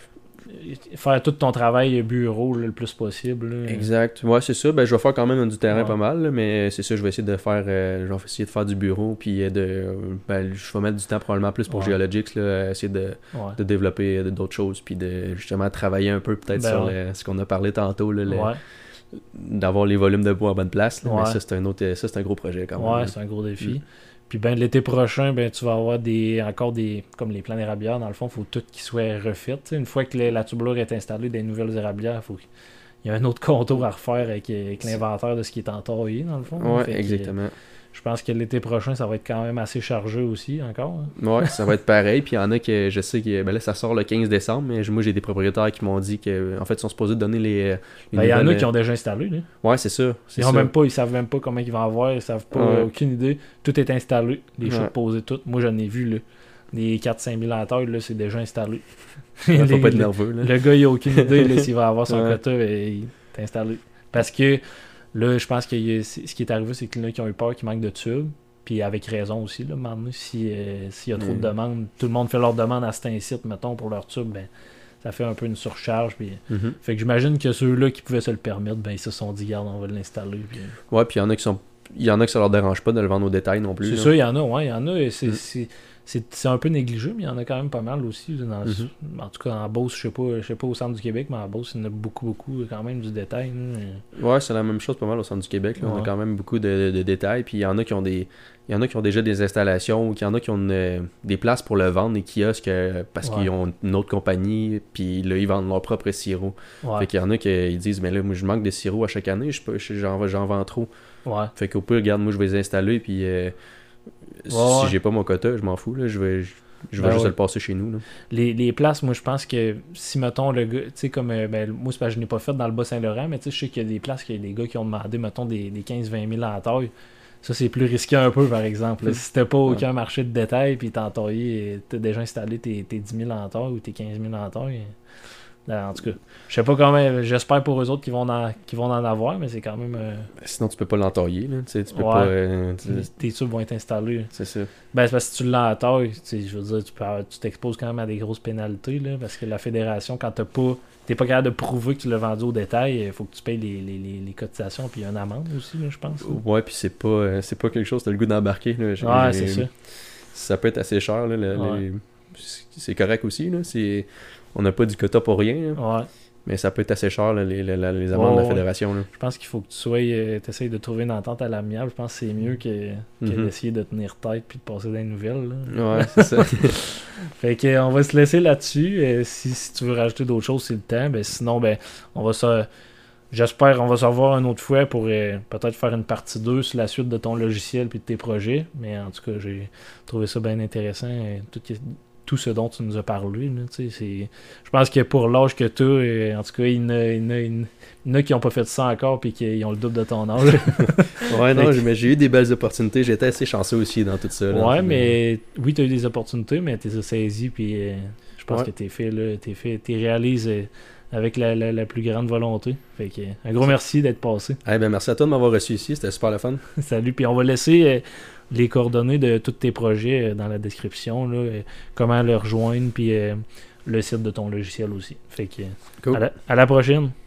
faire tout ton travail bureau là, le plus possible. là. Exact. Ouais, c'est ça. Ben, je vais faire quand même du terrain Ouais. pas mal, là, mais c'est ça, je vais essayer de faire euh, je vais essayer de faire du bureau, puis euh, de euh, ben, je vais mettre du temps probablement plus pour Ouais. Geologix, là, essayer de, Ouais. de développer euh, d'autres choses, puis de justement travailler un peu peut-être Ben sur ouais. le- ce qu'on a parlé tantôt, là, le- Ouais, d'avoir les volumes de bois en bonne place. là, Ouais. Mais ça, c'est un autre ça, c'est un gros projet quand même. ouais, c'est un gros défi. Mm. Puis ben l'été prochain, ben tu vas avoir des encore des comme les plans érablières, dans le fond, il faut tout qu'ils soient refait. T'sais. Une fois que le- la tubular est installée des nouvelles érablières, faut qu'il il y a un autre contour à refaire avec, avec l'inventaire de ce qui est entaillé, dans le fond. Ouais, Fait que, exactement. je pense que l'été prochain, ça va être quand même assez chargé aussi, encore. hein. Ouais, ça va être pareil. Puis il y en a que je sais que ben là, ça sort le quinze décembre, mais moi j'ai des propriétaires qui m'ont dit que en fait, ils sont supposés donner les. les Ben, il y en a nouvelles- qui ont déjà installé. Là. Ouais, c'est ça. c'est Ils ont ça. même pas, ils savent même pas comment ils vont avoir, ils savent pas, Ouais. euh, aucune idée. Tout est installé, les Ouais. chutes posées toutes. Moi j'en ai vu là. Les quatre cinq mille en taille, là, c'est déjà installé. Ouais, faut Les- pas être le, nerveux. Là. le gars il a aucune idée là, s'il va avoir son Ouais. quota et il est installé. Parce que là, je pense que il y a- ce qui est arrivé, c'est qu'il y en a qui ont eu peur qu'il manque de tubes. Puis avec raison aussi, là, maintenant, si, euh, s'il y a trop Mais... de demandes, tout le monde fait leur demande à cet site, mettons, pour leur tube, ben, ça fait un peu une surcharge. Puis... Mm-hmm. Fait que j'imagine que ceux-là qui pouvaient se le permettre, ben, ils se sont dit, garde, on va l'installer. Puis... Ouais, puis il y en a qui sont. Il y en a que ça leur dérange pas de le vendre au détail non plus. C'est là. ça, il y en a, ouais, il y en a. Et c'est, Mm. c'est, c'est, c'est un peu négligé, mais il y en a quand même pas mal aussi. Dans, Mm-hmm. En tout cas, en Beauce, je sais pas, je sais pas au centre du Québec, mais en Beauce, il y en a beaucoup, beaucoup quand même du détail. Là. Ouais, c'est la même chose pas mal au centre du Québec. Là. Ouais. On a quand même beaucoup de, de, de détails. Puis il y en a qui ont des. Il y en a qui ont déjà des installations ou il y en a qui ont une, des places pour le vendre, des kiosques euh, parce Ouais. qu'ils ont une autre compagnie, puis là, ils vendent leur propre sirop. Ouais. Fait qu'il y en a qui ils disent, mais là, moi, je manque de sirop à chaque année, je peux, j'en, j'en vends trop. Ouais. Fait qu'au pire, regarde, moi, je vais les installer, puis euh, Ouais, si ouais. j'ai pas mon quota, je m'en fous, là, je vais, je, je vais Ben juste ouais. le passer chez nous. Là. Les, les places, moi, je pense que si, mettons, le gars, tu sais, comme, euh, ben, moi, c'est parce que je n'ai pas fait dans le Bas-Saint-Laurent, mais tu sais, je sais qu'il y a des places, qu'il y a des gars qui ont demandé, mettons, des, des quinze à vingt mille en taille. Ça, c'est plus risqué un peu, par exemple. Là. Si t'as pas aucun ouais. marché de détail, puis t'as entaillé, t'as déjà installé tes, tes dix mille en taille ou tes quinze mille en taille. En tout cas, je sais pas comment, j'espère pour eux autres qu'ils vont en, qu'ils vont en avoir, mais c'est quand même... Euh... Sinon, tu peux pas l'entailler, là. Tu sais, tu peux ouais. pas... Euh, tu... Tes tubes vont être installés. C'est ça. Ben, c'est parce que si tu l'entailles, je veux dire, tu, peux, tu t'exposes quand même à des grosses pénalités, là, parce que la fédération, quand t'as pas... T'es pas capable de prouver que tu l'as vendu au détail, il faut que tu payes les, les, les, les cotisations, puis il y a une amende aussi, là, je pense. Là. Ouais, puis c'est pas, euh, c'est pas quelque chose que t'as le goût d'embarquer. Là. J'ai, ouais, j'ai... c'est ça. Ça peut être assez cher, là. Le, ouais. les... C'est correct aussi, là. C'est... On n'a pas du quota pour rien, là. Ouais. Mais ça peut être assez cher, là, les, les, les amendes oh, de la fédération. Là. Je pense qu'il faut que tu sois, euh, t'essayes de trouver une entente à l'amiable. Je pense que c'est mieux que, que mm-hmm. d'essayer de tenir tête puis de passer dans les nouvelles. Là. Ouais, c'est ça. Fait que, on va se laisser là-dessus. Euh, si, si tu veux rajouter d'autres choses, c'est le temps. Ben, sinon, ben, on va se... J'espère qu'on va se revoir une autre fois pour euh, peut-être faire une partie deux sur la suite de ton logiciel puis de tes projets. Mais en tout cas, j'ai trouvé ça bien intéressant. Euh, tout, tout ce dont tu nous as parlé. Là, c'est... Je pense que pour l'âge que tu as, euh, en tout cas, il y en a, il y en a, il y en a qui n'ont pas fait ça encore et qui ont le double de ton âge. Ouais, non, mais j'ai eu des belles opportunités. J'étais assez chanceux aussi dans tout ça. Là. Ouais, mais oui, tu as eu des opportunités, mais tu les as saisies puis euh, je pense ouais. que tu fait, là, t'es fait, t'es réalisé euh, avec la, la, la plus grande volonté. Fait que, un gros merci d'être passé. Eh ben, merci à toi de m'avoir reçu ici. C'était super le fun. Salut. Puis on va laisser euh, les coordonnées de tous tes projets euh, dans la description. Là, euh, comment le rejoindre, puis euh, le site de ton logiciel aussi. Fait que, cool. à la, à la prochaine.